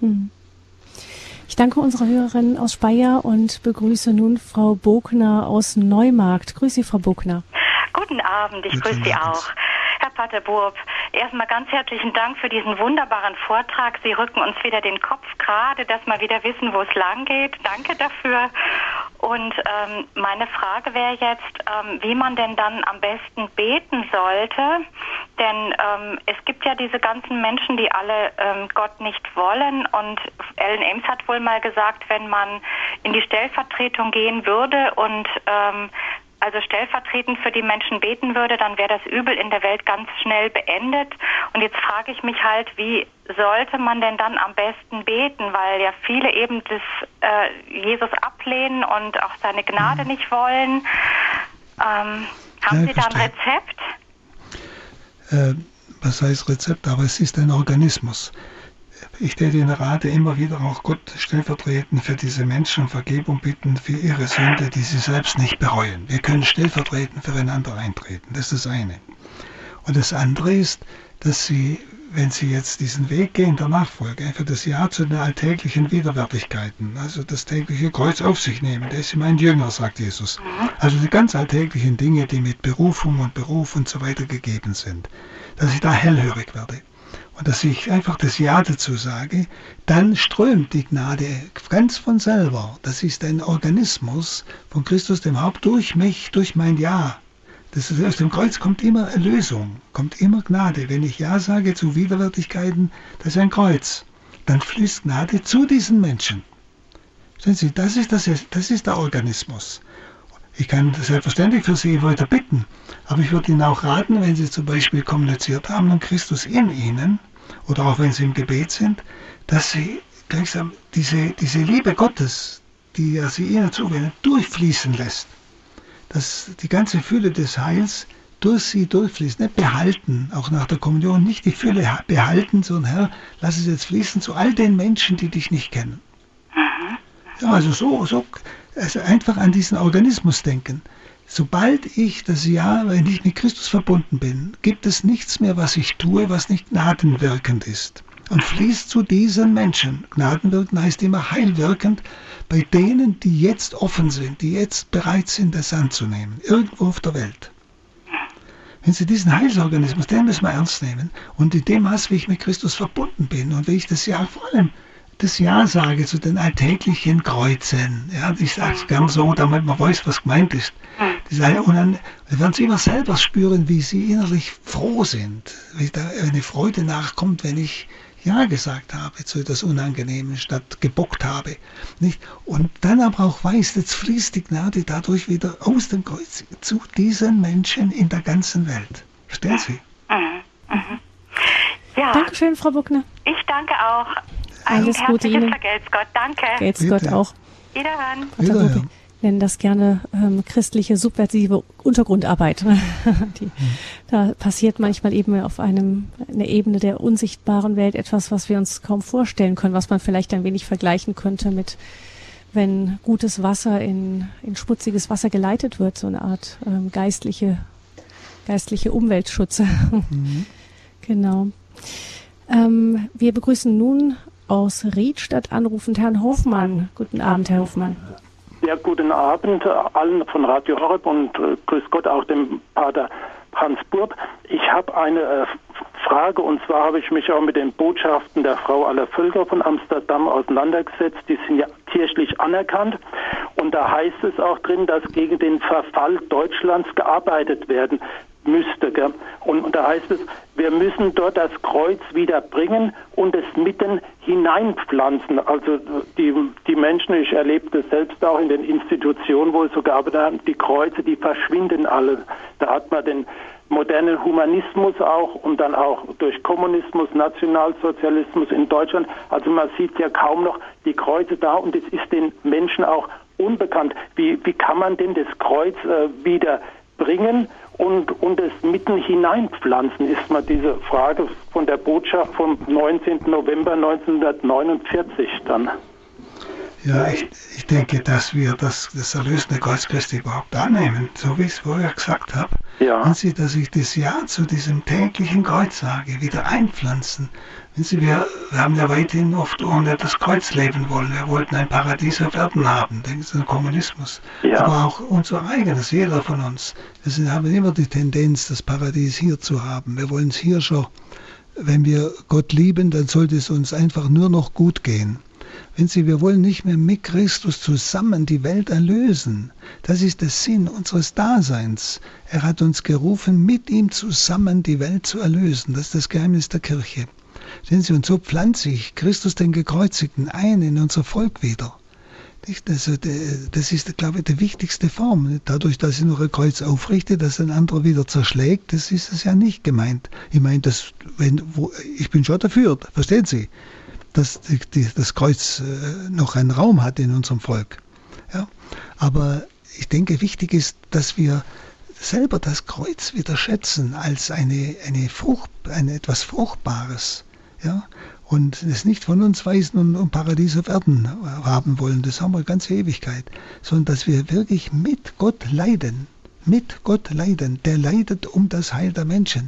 Ich danke unserer Hörerin aus Speyer und begrüße nun Frau Bogner aus Neumarkt. Grüße Sie, Frau Bogner. Guten Abend, ich grüße Sie auch. Herr Pater Burb, erstmal ganz herzlichen Dank für diesen wunderbaren Vortrag. Sie rücken uns wieder den Kopf gerade, dass wir wieder wissen, wo es lang geht. Danke dafür. Und ähm, meine Frage wäre jetzt, ähm, wie man denn dann am besten beten sollte. Denn ähm, es gibt ja diese ganzen Menschen, die alle ähm, Gott nicht wollen. Und Ellen Ems hat wohl mal gesagt, wenn man in die Stellvertretung gehen würde und ähm, also stellvertretend für die Menschen beten würde, dann wäre das Übel in der Welt ganz schnell beendet. Und jetzt frage ich mich halt, wie sollte man denn dann am besten beten? Weil ja viele eben das äh, Jesus ablehnen und auch seine Gnade mhm. nicht wollen. Ähm, haben ja, Sie da ein Rezept? Äh, was heißt Rezept? Aber es ist ein Organismus. Ich täte Ihnen rate, immer wieder auch Gott stellvertretend für diese Menschen Vergebung bitten für ihre Sünde, die sie selbst nicht bereuen. Wir können stellvertretend füreinander eintreten. Das ist das eine. Und das andere ist, dass Sie, wenn Sie jetzt diesen Weg gehen der Nachfolge, für das Ja zu den alltäglichen Widerwärtigkeiten, also das tägliche Kreuz auf sich nehmen, der ist mein Jünger, sagt Jesus. Also die ganz alltäglichen Dinge, die mit Berufung und Beruf und so weiter gegeben sind, dass ich da hellhörig werde. Und dass ich einfach das Ja dazu sage, dann strömt die Gnade ganz von selber. Das ist ein Organismus von Christus dem Haupt durch mich, durch mein Ja. Das ist, aus dem Kreuz kommt immer Erlösung, kommt immer Gnade. Wenn ich Ja sage zu Widerwärtigkeiten, das ist ein Kreuz. Dann fließt Gnade zu diesen Menschen. Sehen Sie, das ist, das, das ist der Organismus. Ich kann selbstverständlich für Sie weiter bitten, aber ich würde Ihnen auch raten, wenn Sie zum Beispiel kommuniziert haben und Christus in Ihnen, oder auch wenn Sie im Gebet sind, dass Sie gleichsam diese, diese Liebe Gottes, die er Sie Ihnen zuwendet, durchfließen lässt. Dass die ganze Fülle des Heils durch Sie durchfließt, nicht behalten, auch nach der Kommunion, nicht die Fülle behalten, sondern Herr, lass es jetzt fließen zu all den Menschen, die dich nicht kennen. Ja, also so, so, also einfach an diesen Organismus denken. Sobald ich das Ja, wenn ich mit Christus verbunden bin, gibt es nichts mehr, was ich tue, was nicht gnadenwirkend ist. Und fließt zu diesen Menschen. Gnadenwirkend heißt immer heilwirkend bei denen, die jetzt offen sind, die jetzt bereit sind, das anzunehmen. Irgendwo auf der Welt. Wenn Sie diesen Heilsorganismus, den müssen wir ernst nehmen. Und in dem Maß, wie ich mit Christus verbunden bin und wie ich das Ja vor allem das Ja sage zu den alltäglichen Kreuzen. Ja, ich sage es gern so, damit man weiß, was gemeint ist. Das eine, und dann werden Sie immer selber spüren, wie Sie innerlich froh sind, wie da eine Freude nachkommt, wenn ich Ja gesagt habe zu etwas Unangenehmes, statt gebockt habe. Nicht? Und dann aber auch weiß, jetzt fließt die Gnade dadurch wieder aus dem Kreuz zu diesen Menschen in der ganzen Welt. Verstehen Sie? Mhm. Mhm. Ja. Dankeschön, Frau Buckner. Ich danke auch. Alles Gute Ihnen. Vergelt's Gott. Danke. Gelt's Gott auch. Wiederhören. Wiederhören. Wir nennen das gerne ähm, christliche subversive Untergrundarbeit. Die, da passiert manchmal eben auf einem einer Ebene der unsichtbaren Welt etwas, was wir uns kaum vorstellen können, was man vielleicht ein wenig vergleichen könnte mit, wenn gutes Wasser in, in schmutziges Wasser geleitet wird, so eine Art ähm, geistliche, geistliche Umweltschutz. Mhm. Genau. Ähm, wir begrüßen nun aus Riedstadt anrufend. Herrn Hofmann. Guten Abend, Herr Hofmann. Ja, guten Abend allen von Radio Horeb und äh, grüß Gott auch dem Pater Hans Burb. Ich habe eine äh, Frage, und zwar habe ich mich auch mit den Botschaften der Frau aller Völker von Amsterdam auseinandergesetzt. Die sind ja kirchlich anerkannt, und da heißt es auch drin, dass gegen den Verfall Deutschlands gearbeitet werden müsste. Gell? Und, und da heißt es, wir müssen dort das Kreuz wieder bringen und es mitten hineinpflanzen. Also die, die Menschen, ich erlebe das selbst auch in den Institutionen, wo ich so gearbeitet habe, die Kreuze, die verschwinden alle. Da hat man den modernen Humanismus auch und dann auch durch Kommunismus, Nationalsozialismus in Deutschland. Also man sieht ja kaum noch die Kreuze da, und es ist den Menschen auch unbekannt. Wie, wie kann man denn das Kreuz äh, wieder bringen und, und es mitten hineinpflanzen, ist mal diese Frage von der Botschaft vom neunzehnten November neunzehnhundertneunundvierzig dann. Ja, ich, ich denke, dass wir das, das erlösende Kreuz Christi überhaupt annehmen, so wie ich es vorher gesagt habe. Ja. Wenn Sie, dass ich das Ja zu diesem täglichen Kreuz sage, wieder einpflanzen. Wenn Sie, wir, wir haben ja weiterhin oft ohne das Kreuz leben wollen. Wir wollten ein Paradies auf Erden haben. Denken Sie an Kommunismus. Ja. Aber auch unser eigenes, jeder von uns. Wir sind, haben immer die Tendenz, das Paradies hier zu haben. Wir wollen es hier schon. Wenn wir Gott lieben, dann sollte es uns einfach nur noch gut gehen. Wenn Sie, wir wollen nicht mehr mit Christus zusammen die Welt erlösen. Das ist der Sinn unseres Daseins. Er hat uns gerufen, mit ihm zusammen die Welt zu erlösen. Das ist das Geheimnis der Kirche. Sehen Sie, und so pflanze ich Christus den Gekreuzigten ein in unser Volk wieder. Das ist, glaube ich, die wichtigste Form. Dadurch, dass ich noch ein Kreuz aufrichte, das ein anderer wieder zerschlägt, das ist es ja nicht gemeint. Ich meine, das, wenn, wo, ich bin schon dafür, verstehen Sie? Dass die, die, das Kreuz äh, noch einen Raum hat in unserem Volk. Ja? Aber ich denke, wichtig ist, dass wir selber das Kreuz wieder schätzen als eine, eine Frucht, ein etwas Fruchtbares. Ja? Und es nicht von uns weisen und, und Paradies auf Erden haben wollen, das haben wir ganze Ewigkeit, sondern dass wir wirklich mit Gott leiden, mit Gott leiden, der leidet um das Heil der Menschen.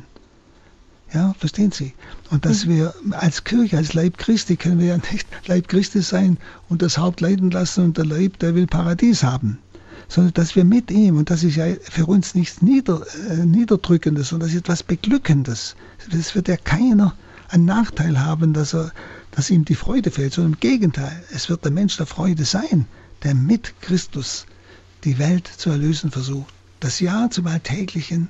Ja, verstehen Sie? Und dass mhm. wir als Kirche, als Leib Christi, können wir ja nicht Leib Christi sein und das Haupt leiden lassen und der Leib, der will Paradies haben. Sondern dass wir mit ihm, und das ist ja für uns nichts Nieder, äh, Niederdrückendes, sondern das ist etwas Beglückendes. Das wird ja keiner einen Nachteil haben, dass, er, dass ihm die Freude fehlt, sondern im Gegenteil, es wird der Mensch der Freude sein, der mit Christus die Welt zu erlösen versucht. Das Ja zum alltäglichen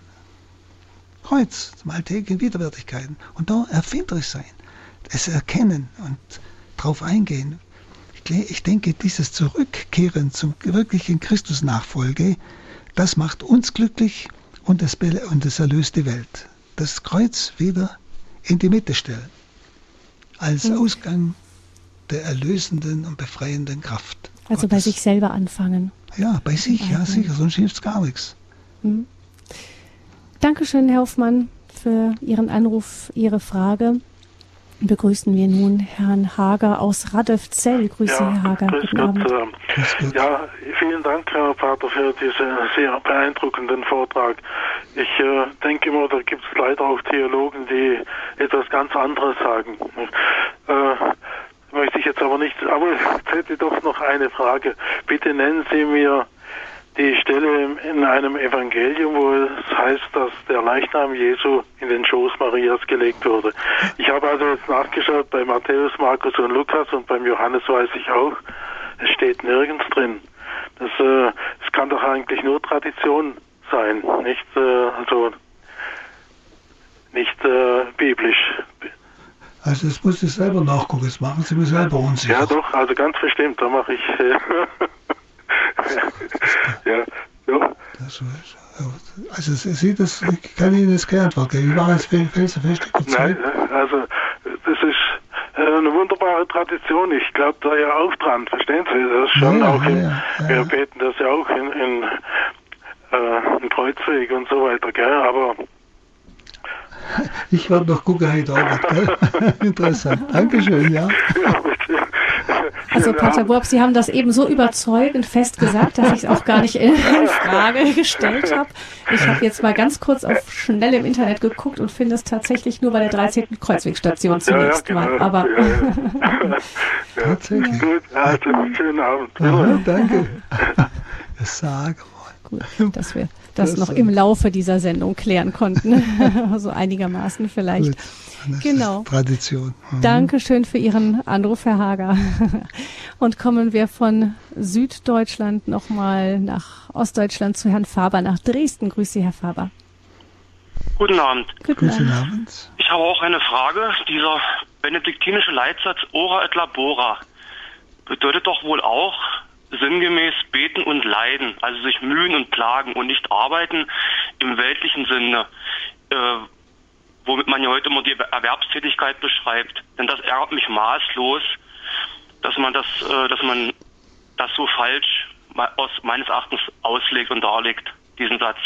Kreuz, zum alltäglichen Widerwärtigkeiten. Und da erfinderisch sein, es erkennen und darauf eingehen. Ich, ich denke, dieses Zurückkehren zum wirklichen Christusnachfolge, das macht uns glücklich und das, und das erlöst die Welt. Das Kreuz wieder in die Mitte stellen, als mhm. Ausgang der erlösenden und befreienden Kraft. Also Gottes. Bei sich selber anfangen. Ja, bei sich, ja sicher, sonst hilft es gar nichts. Mhm. Dankeschön, Herr Hoffmann, für Ihren Anruf, Ihre Frage. Begrüßen wir nun Herrn Hager aus Radolfzell. Grüße, ja, Herr Hager. Grüß Gott. Grüß Gott. Ja, vielen Dank, Herr Pater, für diesen sehr beeindruckenden Vortrag. Ich äh, denke immer, da gibt es leider auch Theologen, die etwas ganz anderes sagen. Äh, möchte ich jetzt aber nicht, aber ich hätte doch noch eine Frage. Bitte nennen Sie mir die Stelle in einem Evangelium, wo es heißt, dass der Leichnam Jesu in den Schoß Marias gelegt wurde. Ich habe also jetzt nachgeschaut bei Matthäus, Markus und Lukas, und beim Johannes weiß ich auch, es steht nirgends drin. Das, äh, das kann doch eigentlich nur Tradition sein, nicht, äh, also nicht äh, biblisch. Also das muss ich selber nachgucken, das machen Sie mir selber unsicher. Ja doch, also ganz bestimmt, da mache ich... Äh, ja, ja. Das, also Sie, das ich kann Ihnen das keine Antwort geben. Ich war jetzt felsenfest. Nein, also das ist eine wunderbare Tradition. Ich glaube da ja auch dran, verstehen Sie? Das ist schon ja, auch in, ja, ja. Wir beten das ja auch in, in, äh, in Kreuzweg und so weiter, gell? Aber ich werde noch gucken heute Abend, gell? Interessant. Dankeschön, ja. Ja, bitte. Also Pater Burb, Sie haben das eben so überzeugend fest gesagt, dass ich es auch gar nicht in Frage gestellt habe. Ich habe jetzt mal ganz kurz auf schnell im Internet geguckt und finde es tatsächlich nur bei der dreizehnten Kreuzwegstation zunächst ja, ja, mal. Aber ja, ja. Ja. Tatsächlich. Gut, also schönen Abend. Aha, danke. Sag gut, dass wir das, das noch im Laufe dieser Sendung klären konnten. So einigermaßen vielleicht. Gut. Das genau. ist Tradition. Mhm. Dankeschön für Ihren Anruf, Herr Hager. Und kommen wir von Süddeutschland nochmal nach Ostdeutschland zu Herrn Faber, nach Dresden. Grüße Sie, Herr Faber. Guten Abend. Guten Guten Abend. Abend. Ich habe auch eine Frage. Dieser benediktinische Leitsatz Ora et Labora bedeutet doch wohl auch sinngemäß beten und leiden, also sich mühen und plagen und nicht arbeiten im weltlichen Sinne, äh, womit man ja heute immer die Erwerbstätigkeit beschreibt. Denn das ärgert mich maßlos, dass man das, äh, dass man das so falsch aus meines Erachtens auslegt und darlegt, diesen Satz.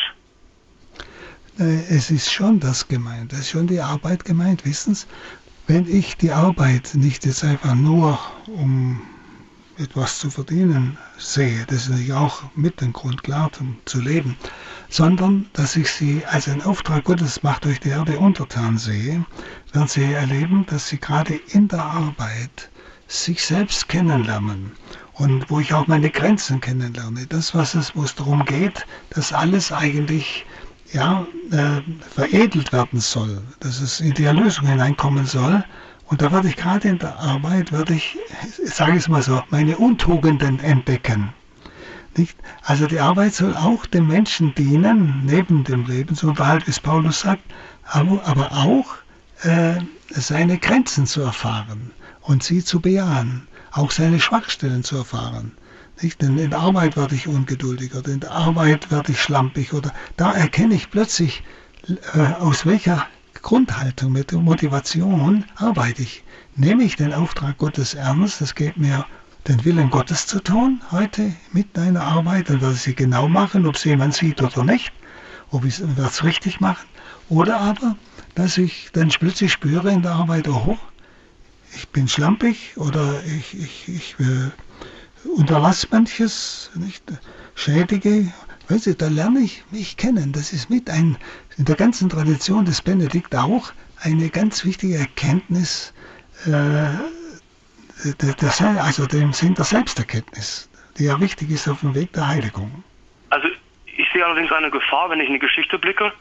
Es ist schon das gemeint, es ist schon die Arbeit gemeint, wissen Sie? Wenn ich die Arbeit nicht jetzt einfach nur um etwas zu verdienen sehe, das ist natürlich auch mit dem Grund klar, um zu leben, sondern dass ich sie als einen Auftrag Gottes macht durch die Erde untertan sehe, werden sie erleben, dass sie gerade in der Arbeit sich selbst kennenlernen und wo ich auch meine Grenzen kennenlerne. Das, was es, wo es darum geht, dass alles eigentlich ja, äh, veredelt werden soll, dass es in die Erlösung hineinkommen soll. Und da werde ich gerade in der Arbeit, werde ich, sage ich es mal so, meine Untugenden entdecken. Nicht? Also die Arbeit soll auch dem Menschen dienen, neben dem Lebensunterhalt, wie es Paulus sagt, aber, aber auch äh, seine Grenzen zu erfahren und sie zu bejahen, auch seine Schwachstellen zu erfahren. Nicht? Denn in der Arbeit werde ich ungeduldig oder in der Arbeit werde ich schlampig oder da erkenne ich plötzlich, äh, aus welcher Grundhaltung, mit der Motivation arbeite ich. Nehme ich den Auftrag Gottes ernst, es geht mir den Willen Gottes zu tun, heute mit einer Arbeit, und werde ich sie genau machen, ob es jemand sieht oder nicht, ob ich es richtig machen, oder aber, dass ich dann plötzlich spüre in der Arbeit, oh, ich bin schlampig oder ich, ich, ich äh, unterlasse manches, nicht, schädige. Weißt du, da lerne ich mich kennen. Das ist mit ein, in der ganzen Tradition des Benedikt auch eine ganz wichtige Erkenntnis, äh, der, der, also dem Sinn der Selbsterkenntnis, die ja wichtig ist auf dem Weg der Heiligung. Also ich sehe allerdings eine Gefahr, wenn ich in die Geschichte blicke.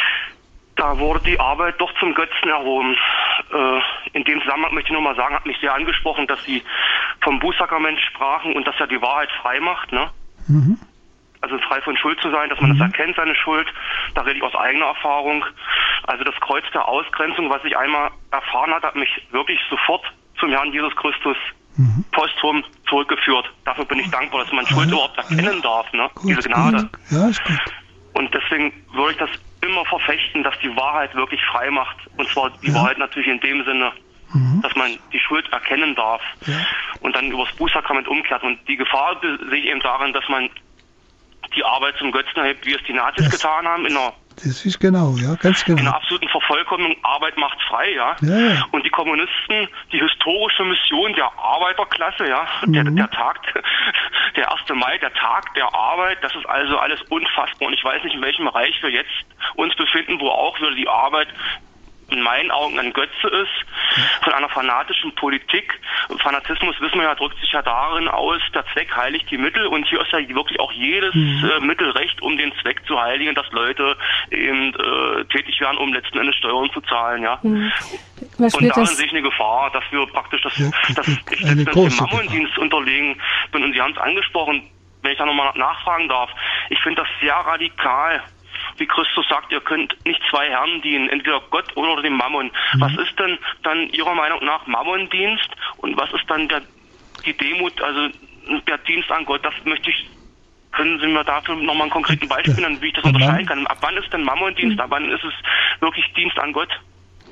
Da wurde die Arbeit doch zum Götzen erhoben. Äh, in dem Zusammenhang möchte ich nur mal sagen, hat mich sehr angesprochen, dass Sie vom Bußsakrament sprachen und dass ja die Wahrheit frei macht, ne? Mhm. Also frei von Schuld zu sein, dass man mhm. das erkennt, seine Schuld. Da rede ich aus eigener Erfahrung. Also das Kreuz der Ausgrenzung, was ich einmal erfahren hat, hat mich wirklich sofort zum Herrn Jesus Christus mhm. posthum zurückgeführt. Dafür bin ich dankbar, dass man ja, Schuld überhaupt erkennen ja. darf, ne? Gut, diese Gnade. Gut. Ja, ist gut. Und deswegen würde ich das immer verfechten, dass die Wahrheit wirklich frei macht. Und zwar die ja. Wahrheit natürlich in dem Sinne, mhm. dass man die Schuld erkennen darf ja. und dann übers Bußsakrament umkehrt. Und die Gefahr sehe ich eben darin, dass man die Arbeit zum Götzen erhebt, wie es die Nazis das, getan haben, in einer, das ist genau, ja, ganz genau. in einer absoluten Vervollkommnung. Arbeit macht frei, ja? Ja, ja. Und die Kommunisten, die historische Mission der Arbeiterklasse, ja, mhm. der, der Tag, der erste Mai, der Tag der Arbeit, das ist also alles unfassbar. Und ich weiß nicht, in welchem Bereich wir jetzt uns befinden, wo auch wieder die Arbeit in meinen Augen ein Götze ist, von einer fanatischen Politik. Fanatismus, wissen wir ja, drückt sich ja darin aus, der Zweck heiligt die Mittel, und hier ist ja wirklich auch jedes mhm. äh, Mittel recht, um den Zweck zu heiligen, dass Leute eben äh, tätig werden, um letzten Endes Steuern zu zahlen, ja. Mhm. Und darin sehe ich eine Gefahr, dass wir praktisch das, ja, das, das ich letzten Endes dem Mammondienst unterlegen bin, und Sie haben es angesprochen, wenn ich da nochmal nachfragen darf. Ich finde das sehr radikal, wie Christus sagt, ihr könnt nicht zwei Herren dienen, entweder Gott oder dem Mammon. Mhm. Was ist denn dann Ihrer Meinung nach Mammondienst, und was ist dann der, die Demut, also der Dienst an Gott? Das möchte ich, können Sie mir dafür nochmal einen konkreten Beispiel nennen, wie ich das unterscheiden kann? Ab wann ist denn Mammondienst, mhm. ab wann ist es wirklich Dienst an Gott?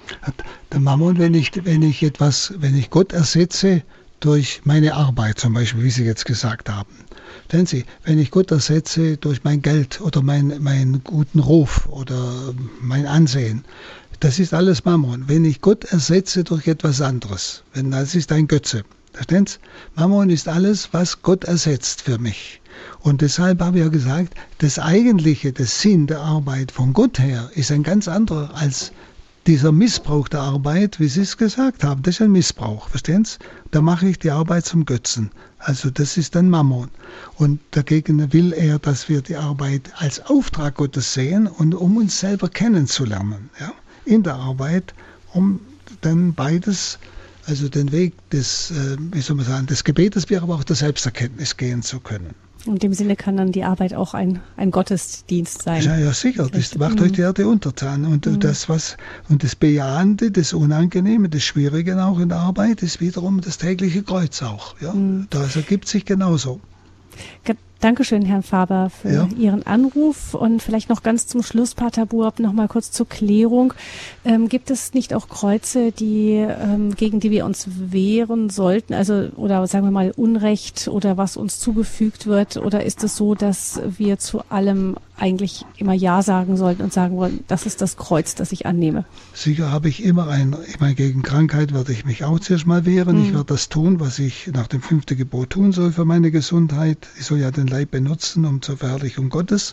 Der Mammon, wenn ich, wenn ich etwas, wenn ich Gott ersetze durch meine Arbeit zum Beispiel, wie Sie jetzt gesagt haben. Denn Sie, wenn ich Gott ersetze durch mein Geld oder mein, meinen guten Ruf oder mein Ansehen, das ist alles Mammon. Wenn ich Gott ersetze durch etwas anderes, wenn das ist ein Götze, Verstehen Sie? Mammon ist alles, was Gott ersetzt für mich. Und deshalb habe ich ja gesagt, das eigentliche, das Sinn der Arbeit von Gott her ist ein ganz anderer als dieser Missbrauch der Arbeit, wie Sie es gesagt haben. Das ist ein Missbrauch, verstehen Sie? Da mache ich die Arbeit zum Götzen. Also das ist ein Mammon. Und dagegen will er, dass wir die Arbeit als Auftrag Gottes sehen und um uns selber kennenzulernen. Ja? In der Arbeit, um dann beides, also den Weg des, äh, wie soll man sagen, des Gebetes, wie aber auch der Selbsterkenntnis gehen zu können. In dem Sinne kann dann die Arbeit auch ein, ein Gottesdienst sein. Ja, ja, sicher. Das macht euch die Erde untertan. Und mhm. das, was, und das Bejahende, das Unangenehme, das Schwierige auch in der Arbeit ist wiederum das tägliche Kreuz auch. Ja? Mhm. Das ergibt sich genauso. Dankeschön, Herrn Faber, für ja. Ihren Anruf. Und vielleicht noch ganz zum Schluss, Pater Buob, noch mal kurz zur Klärung. Ähm, gibt es nicht auch Kreuze, die, ähm, gegen die wir uns wehren sollten? Also, oder sagen wir mal Unrecht oder was uns zugefügt wird? Oder ist es so, dass wir zu allem eigentlich immer Ja sagen sollten und sagen wollen, das ist das Kreuz, das ich annehme? Sicher habe ich immer ein, ich meine, gegen Krankheit werde ich mich auch zuerst mal wehren. Mhm. Ich werde das tun, was ich nach dem fünften Gebot tun soll für meine Gesundheit. Ich soll ja den Leib benutzen, um zur Verherrlichung Gottes.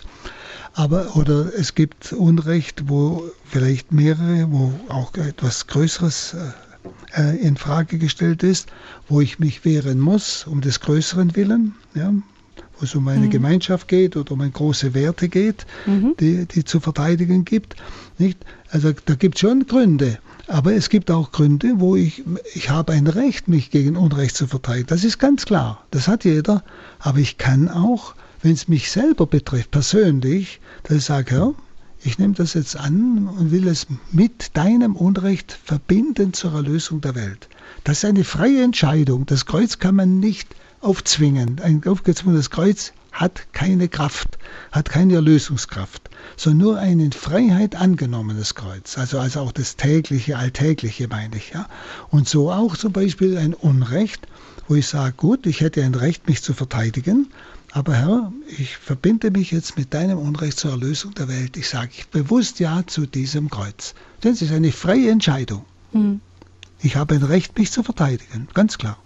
Aber, oder es gibt Unrecht, wo vielleicht mehrere, wo auch etwas Größeres äh, in Frage gestellt ist, wo ich mich wehren muss, um des Größeren willen, ja, wo es um eine mhm. Gemeinschaft geht oder um große Werte geht, mhm. die, die zu verteidigen gibt. Nicht? Also da gibt es schon Gründe. Aber es gibt auch Gründe, wo ich, ich habe ein Recht, mich gegen Unrecht zu verteidigen. Das ist ganz klar. Das hat jeder. Aber ich kann auch, wenn es mich selber betrifft, persönlich, dass ich sage, Herr, ich nehme das jetzt an und will es mit deinem Unrecht verbinden zur Erlösung der Welt. Das ist eine freie Entscheidung. Das Kreuz kann man nicht aufzwingen. Ein aufgezwungenes Kreuz hat keine Kraft, hat keine Erlösungskraft, sondern nur ein in Freiheit angenommenes Kreuz. Also, also auch das tägliche, alltägliche meine ich. Ja? Und so auch zum Beispiel ein Unrecht, wo ich sage, gut, ich hätte ein Recht, mich zu verteidigen, aber Herr, ich verbinde mich jetzt mit deinem Unrecht zur Erlösung der Welt. Ich sage ich bewusst Ja zu diesem Kreuz. Das ist eine freie Entscheidung. Hm. Ich habe ein Recht, mich zu verteidigen, ganz klar.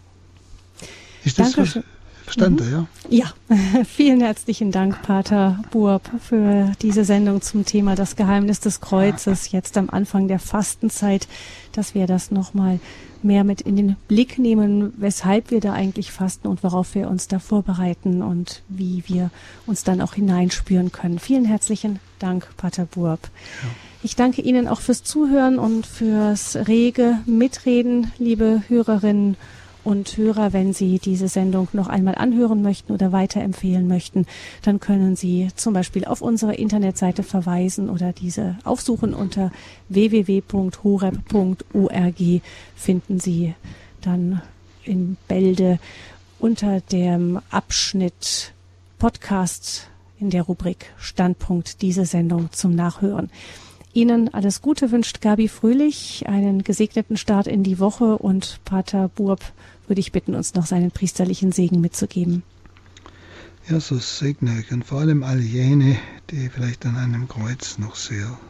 Ist das Dankeschön. Verstanden, mhm. ja? Ja, vielen herzlichen Dank, Pater Buob, für diese Sendung zum Thema das Geheimnis des Kreuzes, jetzt am Anfang der Fastenzeit, dass wir das nochmal mehr mit in den Blick nehmen, weshalb wir da eigentlich fasten und worauf wir uns da vorbereiten und wie wir uns dann auch hineinspüren können. Vielen herzlichen Dank, Pater Buob. Ja. Ich danke Ihnen auch fürs Zuhören und fürs rege Mitreden, liebe Hörerinnen und Hörer. Wenn Sie diese Sendung noch einmal anhören möchten oder weiterempfehlen möchten, dann können Sie zum Beispiel auf unsere Internetseite verweisen oder diese aufsuchen. Unter w w w punkt horeb punkt org finden Sie dann in Bälde unter dem Abschnitt Podcast in der Rubrik Standpunkt diese Sendung zum Nachhören. Ihnen alles Gute wünscht Gabi Fröhlich, einen gesegneten Start in die Woche, und Pater Buob würde ich bitten, uns noch seinen priesterlichen Segen mitzugeben. Ja, so segne ich und vor allem all jene, die vielleicht an einem Kreuz noch sehr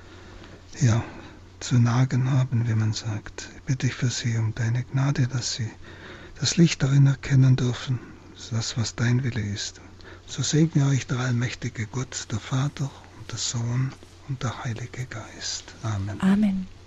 ja, zu nagen haben, wie man sagt. Ich bitte ich für sie um deine Gnade, dass sie das Licht darin erkennen dürfen, das, was dein Wille ist. So segne euch der allmächtige Gott, der Vater und der Sohn und der Heilige Geist. Amen. Amen.